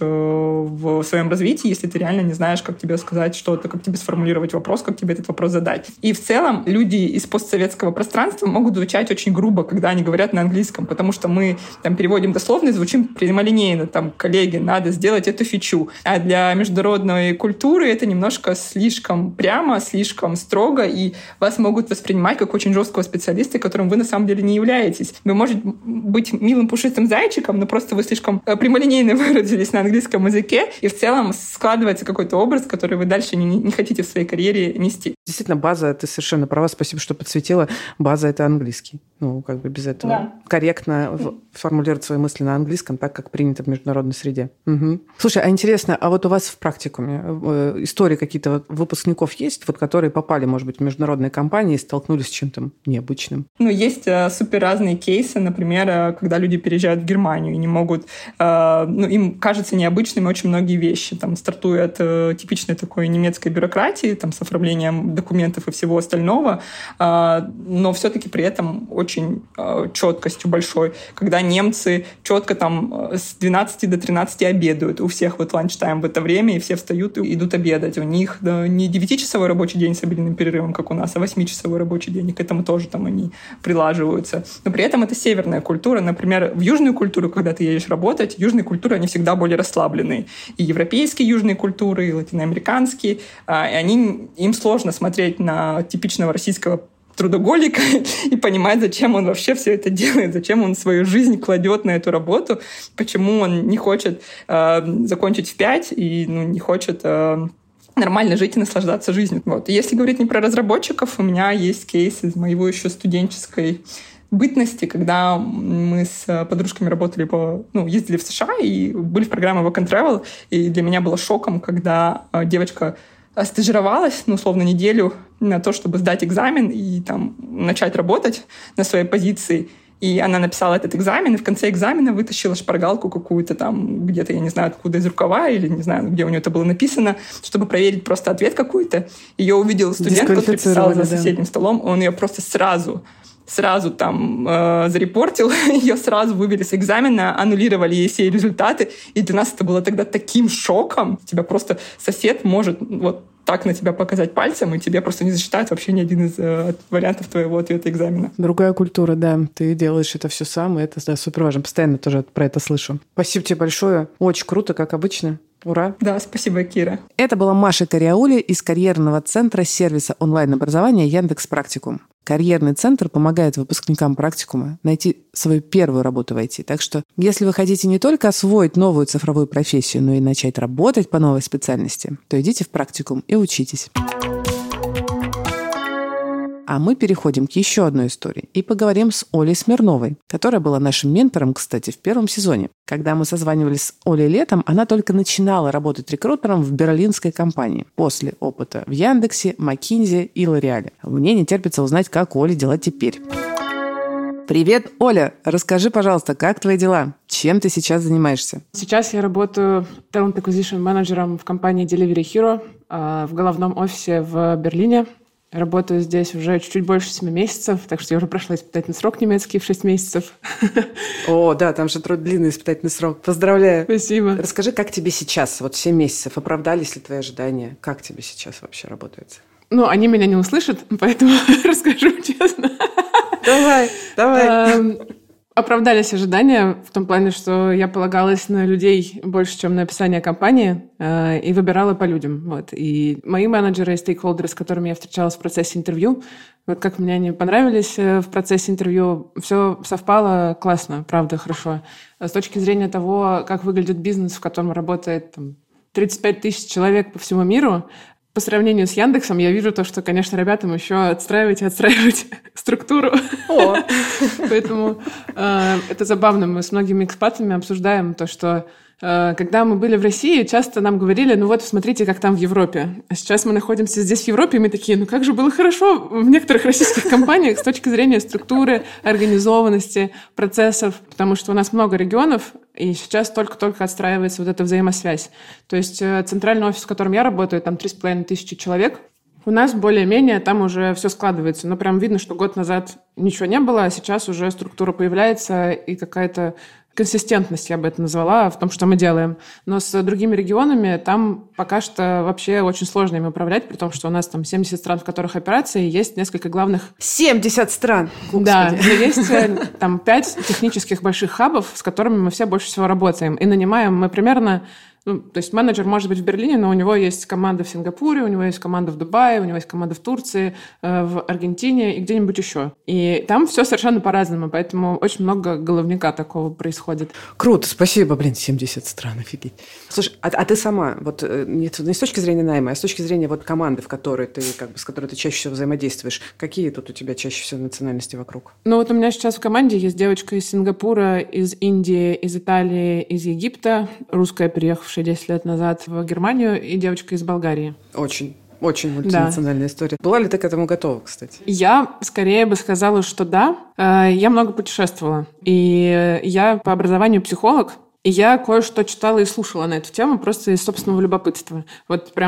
в своем развитии, если ты реально не знаешь, как тебе сказать что-то, как тебе сформулировать вопрос, как тебе этот вопрос задать. И в целом люди из постсоветского пространства могут звучать очень грубо, когда они говорят на английском, потому что мы там переводим дословно и звучим прямолинейно. Там, коллеги, надо сделать эту фичу. А для международной культуры это немножко слишком прямо, слишком строго, и вас могут воспринимать как очень жесткого специалиста, которым вы на самом деле не являетесь. Вы можете быть милым пушистым зайчиком, но просто вы слишком прямолинейно выразились на английском языке, и в целом складывается какой-то образ, который вы дальше не, не хотите в своей карьере нести. Действительно, база, ты совершенно права, спасибо, что подсветила. База — это английский. Ну, как бы без этого да. корректно формулировать свои мысли на английском, так, как принято в международной среде. Угу. Слушай, а интересно, а вот у вас в практикуме истории какие-то выпускников есть, вот, которые попали, может быть, в международные компании и столкнулись с чем-то необычным? Ну, есть э, супер разные кейсы, например, э, когда люди переезжают в Германию и не могут, э, ну, им кажется необычными очень многие вещи, там, стартуя от э, типичной такой немецкой бюрократии, там, с оформлением документов и всего остального, но все-таки при этом очень четкостью большой. Когда немцы четко там с двенадцати до тринадцати обедают, у всех вот ланч-тайм в это время, и все встают и идут обедать. У них да, не девятичасовой рабочий день с обеденным перерывом, как у нас, а восьмичасовой рабочий день, и к этому тоже там они прилаживаются. Но при этом это северная культура. Например, в южную культуру, когда ты едешь работать, южные культуры, они всегда более расслабленные. И европейские южные культуры, и латиноамериканские, и они, им сложно смотреть на типичного российского трудоголика и понимать, зачем он вообще все это делает, зачем он свою жизнь кладет на эту работу, почему он не хочет э, закончить в пять и ну, не хочет э, нормально жить и наслаждаться жизнью. Вот. И если говорить не про разработчиков, у меня есть кейс из моего еще студенческой бытности, когда мы с подружками работали по... Ну, ездили в США и были в программе Work and Travel, и для меня было шоком, когда девочка стажировалась, ну, условно, неделю на то, чтобы сдать экзамен и там начать работать на своей позиции. И она написала этот экзамен, и в конце экзамена вытащила шпаргалку какую-то там, где-то, я не знаю, откуда из рукава, или не знаю, где у нее это было написано, чтобы проверить просто ответ какой-то. Ее увидел студент, который писал за соседним да. столом, он ее просто сразу... сразу там э, зарепортил, ее сразу вывели с экзамена, аннулировали ей все результаты, и для нас это было тогда таким шоком. Тебя просто сосед может вот так на тебя показать пальцем, и тебе просто не засчитают вообще ни один из э, вариантов твоего ответа экзамена. Другая культура, да. Ты делаешь это все сам, и это да, супер важно. Постоянно тоже про это слышу. Спасибо тебе большое. Очень круто, как обычно. Ура! Да, спасибо, Кира. Это была Маша Кариаули из карьерного центра сервиса онлайн-образования Яндекс.Практикум. Карьерный центр помогает выпускникам практикума найти свою первую работу в ай ти. Так что, если вы хотите не только освоить новую цифровую профессию, но и начать работать по новой специальности, то идите в практикум и учитесь. А мы переходим к еще одной истории и поговорим с Олей Смирновой, которая была нашим ментором, кстати, в первом сезоне. Когда мы созванивались с Олей летом, она только начинала работать рекрутером в берлинской компании после опыта в Яндексе, Макинзи и Лореале. Мне не терпится узнать, как у Оли дела теперь. Привет, Оля! Расскажи, пожалуйста, как твои дела? Чем ты сейчас занимаешься? Сейчас я работаю Talent Acquisition менеджером в компании Delivery Hero в головном офисе в Берлине. Работаю здесь уже чуть-чуть больше семи месяцев, так что я уже прошла испытательный срок немецкий в шесть месяцев. О, да, там же длинный испытательный срок. Поздравляю. Спасибо. Расскажи, как тебе сейчас, вот семь месяцев, оправдались ли твои ожидания? Как тебе сейчас вообще работает? Ну, они меня не услышат, поэтому расскажу честно. Давай, давай. Оправдались ожидания в том плане, что я полагалась на людей больше, чем на описание компании, э, и выбирала по людям. Вот. И мои менеджеры и стейкхолдеры, с которыми я встречалась в процессе интервью, вот как мне они понравились в процессе интервью, все совпало классно, правда, хорошо. С точки зрения того, как выглядит бизнес, в котором работает там, тридцать пять тысяч человек по всему миру, по сравнению с Яндексом я вижу то, что, конечно, ребятам еще отстраивать и отстраивать структуру. О. Поэтому э, это забавно. Мы с многими экспатами обсуждаем то, что э, когда мы были в России, часто нам говорили, ну вот, смотрите, как там в Европе. А сейчас мы находимся здесь в Европе, и мы такие, ну как же было хорошо в некоторых российских компаниях с точки зрения структуры, организованности, процессов, потому что у нас много регионов, и сейчас только-только отстраивается вот эта взаимосвязь. То есть центральный офис, в котором я работаю, там три с половиной тысячи человек. У нас более-менее там уже все складывается. Но прям видно, что год назад ничего не было, а сейчас уже структура появляется и какая-то консистентность, я бы это назвала, в том, что мы делаем. Но с другими регионами там пока что вообще очень сложно ими управлять, при том, что у нас там семьдесят стран, в которых операции, есть несколько главных... семьдесят стран! Господи. Да, но есть там пять технических больших хабов, с которыми мы все больше всего работаем. И нанимаем мы примерно... Ну, то есть менеджер может быть в Берлине, но у него есть команда в Сингапуре, у него есть команда в Дубае, у него есть команда в Турции, в Аргентине и где-нибудь еще. И там все совершенно по-разному, поэтому очень много головника такого происходит. Круто, спасибо, блин, семьдесят стран, офигеть. Слушай, а, а ты сама, вот не, не с точки зрения найма, а с точки зрения вот команды, в которой ты, как бы, с которой ты чаще всего взаимодействуешь, какие тут у тебя чаще всего национальности вокруг? Ну вот у меня сейчас в команде есть девочка из Сингапура, из Индии, из Италии, из Египта, русская, переехавшая десять лет назад в Германию, и девочка из Болгарии. Очень, очень мультинациональная да. история. Была ли ты к этому готова, кстати? Я скорее бы сказала, что да. Я много путешествовала. И я по образованию психолог, и я кое-что читала и слушала на эту тему просто из собственного любопытства. Вот прям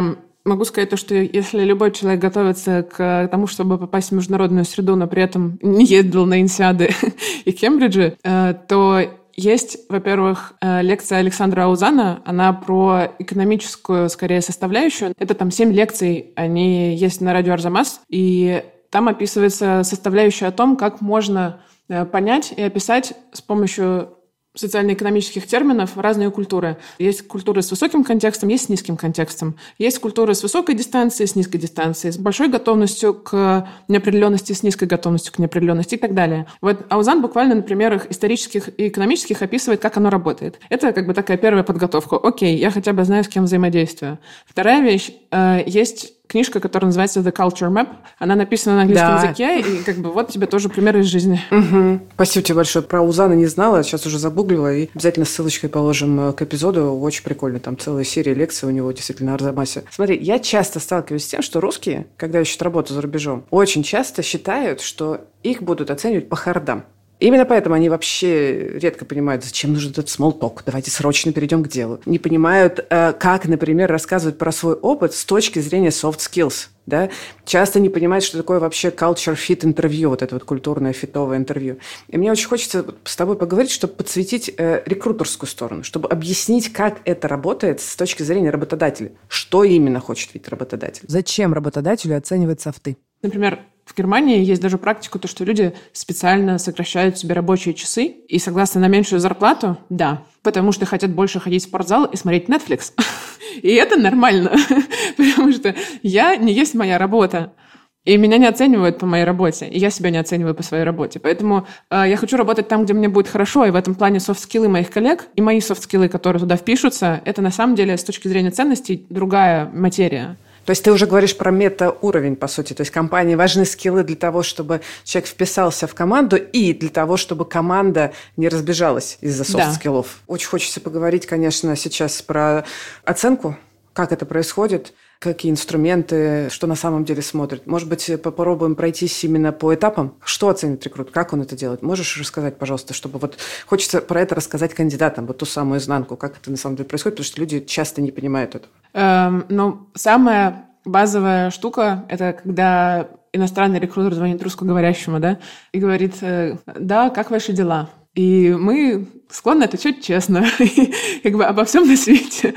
могу сказать то, что если любой человек готовится к тому, чтобы попасть в международную среду, но при этом не ездил на Инсиады и Кембриджи, то есть, во-первых, лекция Александра Аузана, она про экономическую, скорее, составляющую. Это там семь лекций, они есть на радио Арзамас, и там описывается составляющая о том, как можно понять и описать с помощью социально-экономических терминов разные культуры. Есть культуры с высоким контекстом, есть с низким контекстом. Есть культуры с высокой дистанцией, с низкой дистанцией, с большой готовностью к неопределенности, с низкой готовностью к неопределенности и так далее. Вот Аузан буквально на примерах исторических и экономических описывает, как оно работает. Это как бы такая первая подготовка. Окей, я хотя бы знаю, с кем взаимодействую. Вторая вещь. Э, есть книжка, которая называется The Culture Map. Она написана на английском да. языке, и как бы вот тебе тоже примеры из жизни. Угу. Спасибо тебе большое. Про Аузана не знала, сейчас уже загуглила, и обязательно ссылочкой положим к эпизоду. Очень прикольно. Там целая серия лекций у него действительно на Арзамасе. Смотри, я часто сталкиваюсь с тем, что русские, когда ищут работу за рубежом, очень часто считают, что их будут оценивать по хардам. Именно поэтому они вообще редко понимают, зачем нужен этот small talk. Давайте срочно перейдем к делу. Не понимают, как, например, рассказывать про свой опыт с точки зрения soft skills. Да? Часто не понимают, что такое вообще culture fit интервью, вот это вот культурное фитовое интервью. И мне очень хочется с тобой поговорить, чтобы подсветить э, рекрутерскую сторону, чтобы объяснить, как это работает с точки зрения работодателя. Что именно хочет видеть работодатель? Зачем работодателю оценивать софты? Например, в Германии есть даже практика, то, что люди специально сокращают себе рабочие часы и согласны на меньшую зарплату, да, потому что хотят больше ходить в спортзал и смотреть Netflix. И это нормально, потому что я не есть моя работа. И меня не оценивают по моей работе, и я себя не оцениваю по своей работе. Поэтому э, я хочу работать там, где мне будет хорошо, и в этом плане софт-скиллы моих коллег и мои софт-скиллы, которые туда впишутся, это на самом деле с точки зрения ценностей другая материя. То есть ты уже говоришь про мета-уровень, по сути. То есть компании важны скиллы для того, чтобы человек вписался в команду и для того, чтобы команда не разбежалась из-за софт-скиллов. Да. Очень хочется поговорить, конечно, сейчас про оценку, как это происходит, какие инструменты, что на самом деле смотрят. Может быть, попробуем пройтись именно по этапам? Что оценит рекрут? Как он это делает? Можешь рассказать, пожалуйста, чтобы вот хочется про это рассказать кандидатам, вот ту самую изнанку, как это на самом деле происходит, потому что люди часто не понимают этого. Эм, ну, самая базовая штука – это когда иностранный рекрутер звонит русскоговорящему, да, и говорит: «Да, как ваши дела?» И мы склонны отвечать честно, как бы обо всем на свете.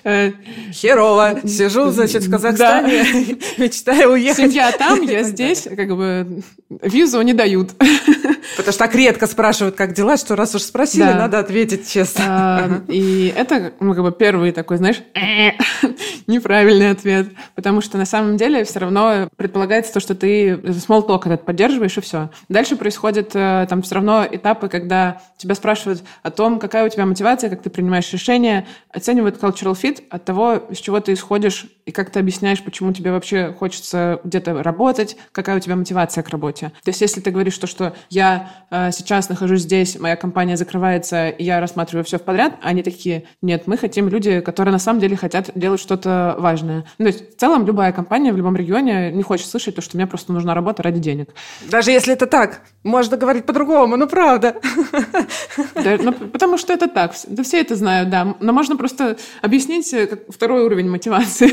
Херово. Сижу, значит, в Казахстане, да. Мечтаю уехать. Семья там, я здесь, как бы визу не дают. Потому что так редко спрашивают, как дела, что раз уж спросили, да. надо ответить честно. А, и это, ну, как бы первый такой, знаешь, неправильный ответ. Потому что на самом деле все равно предполагается то, что ты small talk этот поддерживаешь, и все. Дальше происходят там все равно этапы, когда тебя спрашивают о том, какая у тебя мотивация, как ты принимаешь решения, оценивают cultural fit от того, с чего ты исходишь и как ты объясняешь, почему тебе вообще хочется где-то работать, какая у тебя мотивация к работе. То есть если ты говоришь то, что я э, сейчас нахожусь здесь, моя компания закрывается, и я рассматриваю все в подряд, а они такие: нет, мы хотим люди, которые на самом деле хотят делать что-то важное. Ну, то есть в целом любая компания в любом регионе не хочет слышать то, что мне просто нужна работа ради денег. Даже если это так, можно говорить по-другому, ну правда. Да, ну, потому что это так, да, все это знают, да. Но можно просто объяснить как второй уровень мотивации.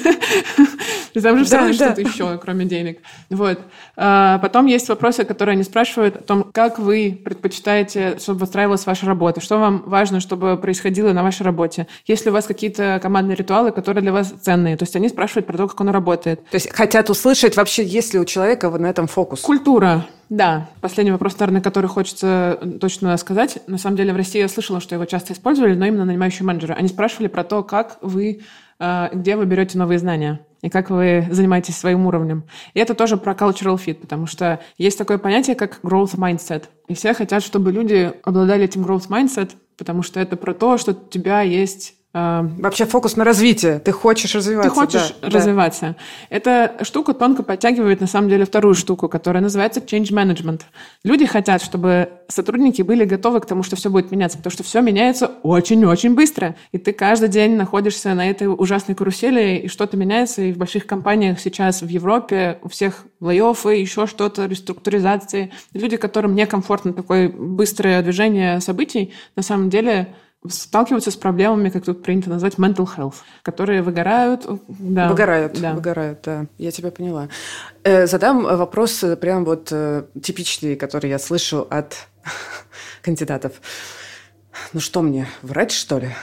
Там же все равно что-то еще, кроме денег. Вот. А потом есть вопросы, которые они спрашивают о том, как вы предпочитаете, чтобы выстраивалась ваша работа, что вам важно, чтобы происходило на вашей работе. Есть ли у вас какие-то командные ритуалы, которые для вас ценные? То есть они спрашивают про то, как оно работает. То есть хотят услышать вообще, есть ли у человека на этом фокус? Культура. Да. Последний вопрос, наверное, который хочется точно сказать. На самом деле в России я слышала, что его часто использовали, но именно нанимающие менеджеры. Они спрашивали про то, как вы, где вы берете новые знания и как вы занимаетесь своим уровнем. И это тоже про cultural fit, потому что есть такое понятие, как growth mindset. И все хотят, чтобы люди обладали этим growth mindset, потому что это про то, что у тебя есть... Вообще фокус на развитие. Ты хочешь развиваться. Ты хочешь да, развиваться. Да. Эта штука тонко подтягивает, на самом деле, вторую штуку, которая называется change management. Люди хотят, чтобы сотрудники были готовы к тому, что все будет меняться, потому что все меняется очень-очень быстро. И ты каждый день находишься на этой ужасной карусели, и что-то меняется. И в больших компаниях сейчас в Европе у всех лей-оффы, еще что-то, реструктуризации. Люди, которым некомфортно такое быстрое движение событий, на самом деле... сталкиваются с проблемами, как тут принято назвать, mental health, которые выгорают. Да, выгорают, да. выгорают, да. Я тебя поняла. Э, задам вопрос прям вот э, типичный, который я слышу от кандидатов. Ну что мне, врать, что ли?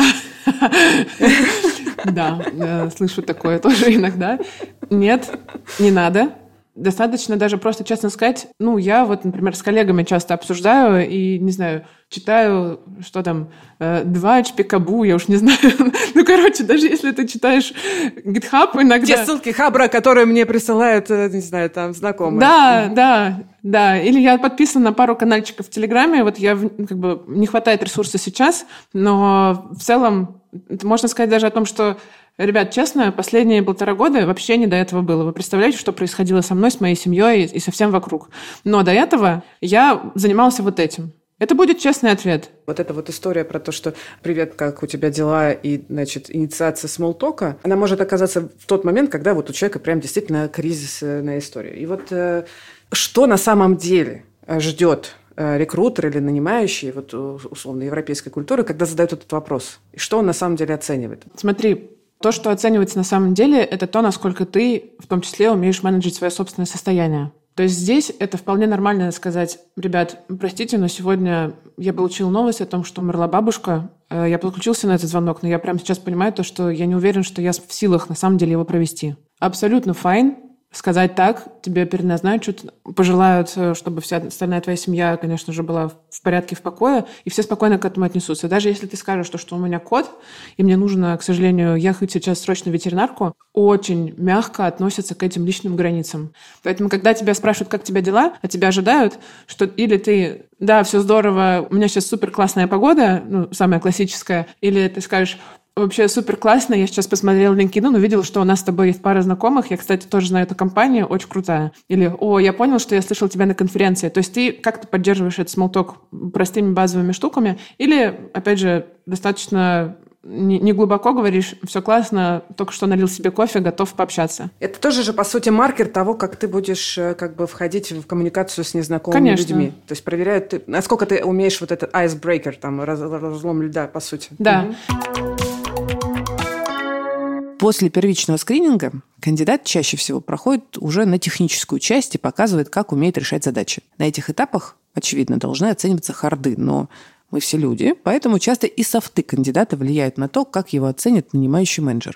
Да, слышу такое тоже иногда. Нет, не надо. Достаточно даже просто честно сказать, ну, я вот, например, с коллегами часто обсуждаю и, не знаю, читаю, что там, два эйч пи Кабу, я уж не знаю. Ну, короче, даже если ты читаешь GitHub иногда... Те ссылки Хабра, которые мне присылают, не знаю, там, знакомые. Да, да, да. Или я подписана на пару канальчиков в Телеграме, вот я, как бы, не хватает ресурса сейчас, но в целом можно сказать даже о том, что ребят, честно, последние полтора года вообще не до этого было. Вы представляете, что происходило со мной, с моей семьей и со всем вокруг. Но до этого я занимался вот этим. Это будет честный ответ. Вот эта вот история про то, что «Привет, как у тебя дела?» и, значит, инициация смолтока, она может оказаться в тот момент, когда вот у человека прям действительно кризисная история. И вот э, что на самом деле ждет рекрутер или нанимающий, вот условно, европейской культуры, когда задают этот вопрос? И что он на самом деле оценивает? Смотри, то, что оценивается на самом деле, это то, насколько ты, в том числе, умеешь менеджить свое собственное состояние. То есть здесь это вполне нормально сказать: ребят, простите, но сегодня я получил новость о том, что умерла бабушка. Я подключился на этот звонок, но я прямо сейчас понимаю то, что я не уверен, что я в силах на самом деле его провести. Абсолютно файн сказать так, тебе переназначат, пожелают, чтобы вся остальная твоя семья, конечно же, была в порядке, в покое, и все спокойно к этому отнесутся. Даже если ты скажешь, что, что у меня кот, и мне нужно, к сожалению, ехать сейчас срочно в ветеринарку, очень мягко относятся к этим личным границам. Поэтому, когда тебя спрашивают, как тебя дела, а тебя ожидают, что или ты, да, все здорово, у меня сейчас супер классная погода, ну, самая классическая, или ты скажешь: вообще супер классно. Я сейчас посмотрела LinkedIn, увидела, что у нас с тобой есть пара знакомых. Я, кстати, тоже знаю эту компанию, очень крутая. Или: о, я понял, что я слышал тебя на конференции. То есть ты как-то поддерживаешь этот смолток простыми базовыми штуками. Или, опять же, достаточно не глубоко говоришь: все классно, только что налил себе кофе, готов пообщаться. Это тоже же, по сути, маркер того, как ты будешь как бы входить в коммуникацию с незнакомыми Конечно. людьми. То есть проверяют, ты, насколько ты умеешь вот этот icebreaker, там, раз, разлом льда, по сути. Да. Угу. После первичного скрининга кандидат чаще всего проходит уже на техническую часть и показывает, как умеет решать задачи. На этих этапах, очевидно, должны оцениваться харды, но мы все люди, поэтому часто и софты кандидата влияют на то, как его оценит нанимающий менеджер.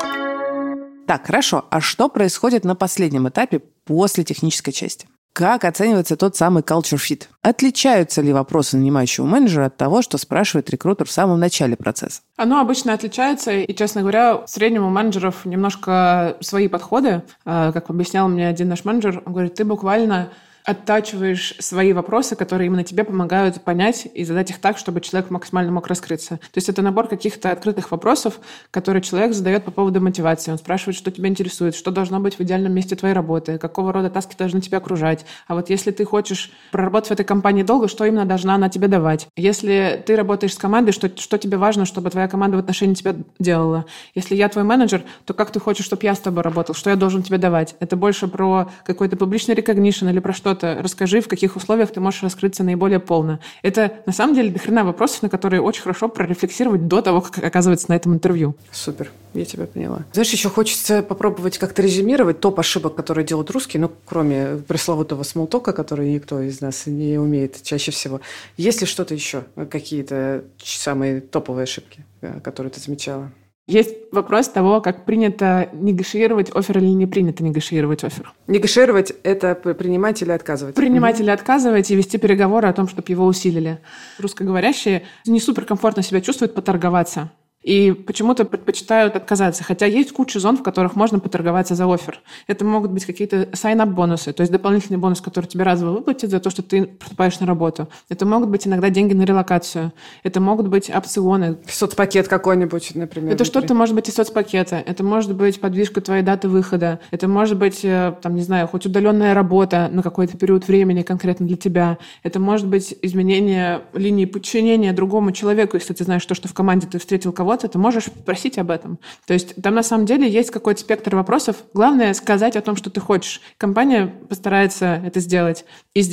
Так, хорошо. А что происходит на последнем этапе после технической части? Как оценивается тот самый culture fit? Отличаются ли вопросы нанимающего менеджера от того, что спрашивает рекрутер в самом начале процесса? Оно обычно отличается, и, честно говоря, в среднем у менеджеров немножко свои подходы. Как объяснял мне один наш менеджер, он говорит: ты буквально оттачиваешь свои вопросы, которые именно тебе помогают понять и задать их так, чтобы человек максимально мог раскрыться. То есть это набор каких-то открытых вопросов, которые человек задает по поводу мотивации. Он спрашивает, что тебя интересует, что должно быть в идеальном месте твоей работы, какого рода таски должны тебя окружать. А вот если ты хочешь проработать в этой компании долго, что именно должна она тебе давать? Если ты работаешь с командой, что, что тебе важно, чтобы твоя команда в отношении тебя делала? Если я твой менеджер, то как ты хочешь, чтобы я с тобой работал? Что я должен тебе давать? Это больше про какой-то публичный recognition или про что? Расскажи, в каких условиях ты можешь раскрыться наиболее полно. Это, на самом деле, дохрена вопросов, на которые очень хорошо прорефлексировать до того, как оказывается на этом интервью. Супер, я тебя поняла. Знаешь, еще хочется попробовать как-то резюмировать топ ошибок, которые делают русские, ну, кроме пресловутого смолтока, который никто из нас не умеет чаще всего. Есть ли что-то еще? Какие-то самые топовые ошибки, которые ты замечала? Есть вопрос того, как принято негашировать оффер или не принято негашировать оффер. Негашировать – это принимать или отказывать? Принимать или отказывать и вести переговоры о том, чтобы его усилили. Русскоговорящие не суперкомфортно себя чувствуют поторговаться. И почему-то предпочитают отказаться. Хотя есть куча зон, в которых можно поторговаться за оффер. Это могут быть какие-то sign-up-бонусы, то есть дополнительный бонус, который тебе разово выплатят за то, что ты поступаешь на работу. Это могут быть иногда деньги на релокацию. Это могут быть опционы. Соцпакет какой-нибудь, например. Это что-то может быть из соцпакета. Это может быть подвижка твоей даты выхода. Это может быть, там, не знаю, хоть удаленная работа на какой-то период времени конкретно для тебя. Это может быть изменение линии подчинения другому человеку, если ты знаешь то, что в команде ты встретил кого-то, ты можешь спросить об этом. То есть там на самом деле есть какой-то спектр вопросов. Главное — сказать о том, что ты хочешь. Компания постарается это сделать. И здесь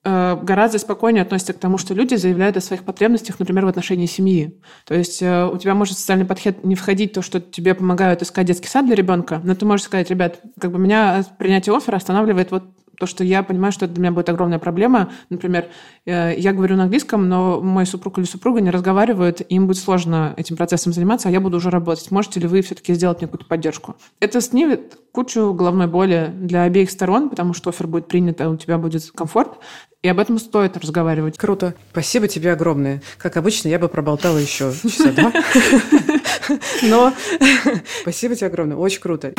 гораздо спокойнее относятся к тому, что люди заявляют о своих потребностях, например, в отношении семьи. То есть у тебя может в социальный подход не входить то, что тебе помогают искать детский сад для ребенка, но ты можешь сказать: ребят, как бы меня принятие оффера останавливает вот то, что я понимаю, что это для меня будет огромная проблема. Например, я говорю на английском, но мой супруг или супруга не разговаривают, им будет сложно этим процессом заниматься, а я буду уже работать. Можете ли вы все-таки сделать мне какую-то поддержку? Это снимет кучу головной боли для обеих сторон, потому что оффер будет принят, а у тебя будет комфорт, и об этом стоит разговаривать. Круто. Спасибо тебе огромное. Как обычно, я бы проболтала еще часа два. Но спасибо тебе огромное. Очень круто.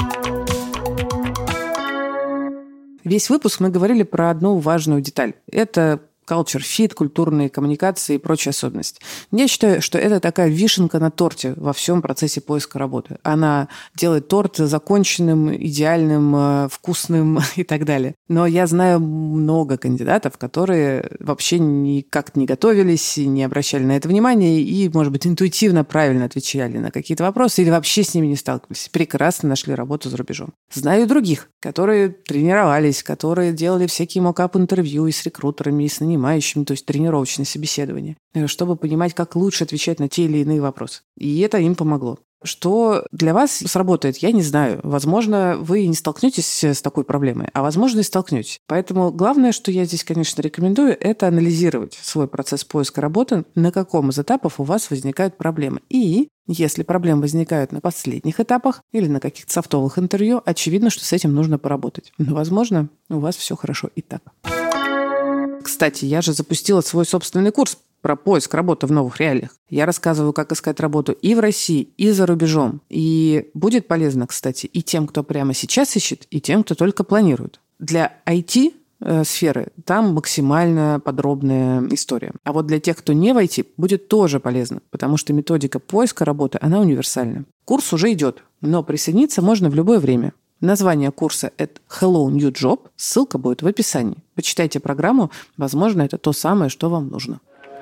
Весь выпуск мы говорили про одну важную деталь. Это culture fit, культурные коммуникации и прочие особенности. Я считаю, что это такая вишенка на торте во всем процессе поиска работы. Она делает торт законченным, идеальным, вкусным и так далее. Но я знаю много кандидатов, которые вообще никак не готовились, не обращали на это внимания и, может быть, интуитивно правильно отвечали на какие-то вопросы или вообще с ними не сталкивались. Прекрасно нашли работу за рубежом. Знаю других, которые тренировались, которые делали всякие мокап-интервью и с рекрутерами, и с нанимателями, то есть тренировочные собеседования, чтобы понимать, как лучше отвечать на те или иные вопросы. И это им помогло. Что для вас сработает, я не знаю. Возможно, вы не столкнетесь с такой проблемой, а возможно, и столкнетесь. Поэтому главное, что я здесь, конечно, рекомендую, это анализировать свой процесс поиска работы, на каком из этапов у вас возникают проблемы. И если проблемы возникают на последних этапах или на каких-то софтовых интервью, очевидно, что с этим нужно поработать. Но, возможно, у вас все хорошо и так. Кстати, я же запустила свой собственный курс про поиск работы в новых реалиях. Я рассказываю, как искать работу и в России, и за рубежом. И будет полезно, кстати, и тем, кто прямо сейчас ищет, и тем, кто только планирует. Для ай ти-сферы там максимально подробная история. А вот для тех, кто не в ай ти, будет тоже полезно, потому что методика поиска работы, она универсальна. Курс уже идет, но присоединиться можно в любое время. Название курса – это Hello New Job. Ссылка будет в описании. Почитайте программу. Возможно, это то самое, что вам нужно.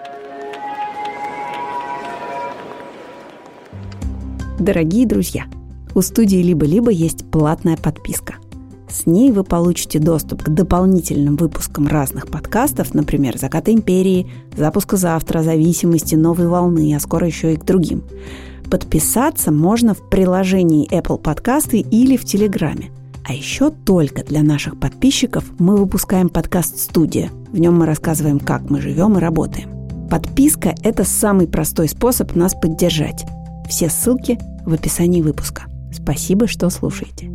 Дорогие друзья, у студии «Либо-либо» есть платная подписка. С ней вы получите доступ к дополнительным выпускам разных подкастов, например, «Закат империи», «Запуска завтра», «Зависимости», «Новой волны», а скоро еще и к другим. Подписаться можно в приложении Apple Подкасты или в Телеграме. А еще только для наших подписчиков мы выпускаем подкаст «Студия». В нем мы рассказываем, как мы живем и работаем. Подписка – это самый простой способ нас поддержать. Все ссылки в описании выпуска. Спасибо, что слушаете.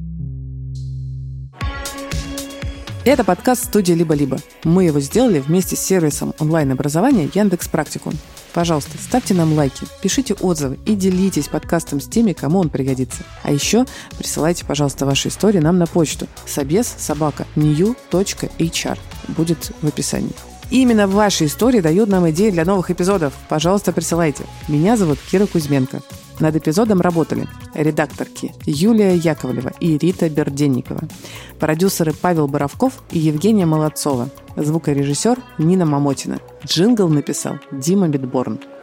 Это подкаст студии «Либо-либо». Мы его сделали вместе с сервисом онлайн-образования Яндекс.Практикум. Пожалуйста, ставьте нам лайки, пишите отзывы и делитесь подкастом с теми, кому он пригодится. А еще присылайте, пожалуйста, ваши истории нам на почту собес собака нью точка эйч ар. Будет в описании. И именно ваши истории дают нам идеи для новых эпизодов. Пожалуйста, присылайте. Меня зовут Кира Кузьменко. Над эпизодом работали редакторки Юлия Яковлева и Рита Берденникова, продюсеры Павел Боровков и Евгения Молодцова, звукорежиссер Нина Мамотина. Джингл написал Дима Битборн.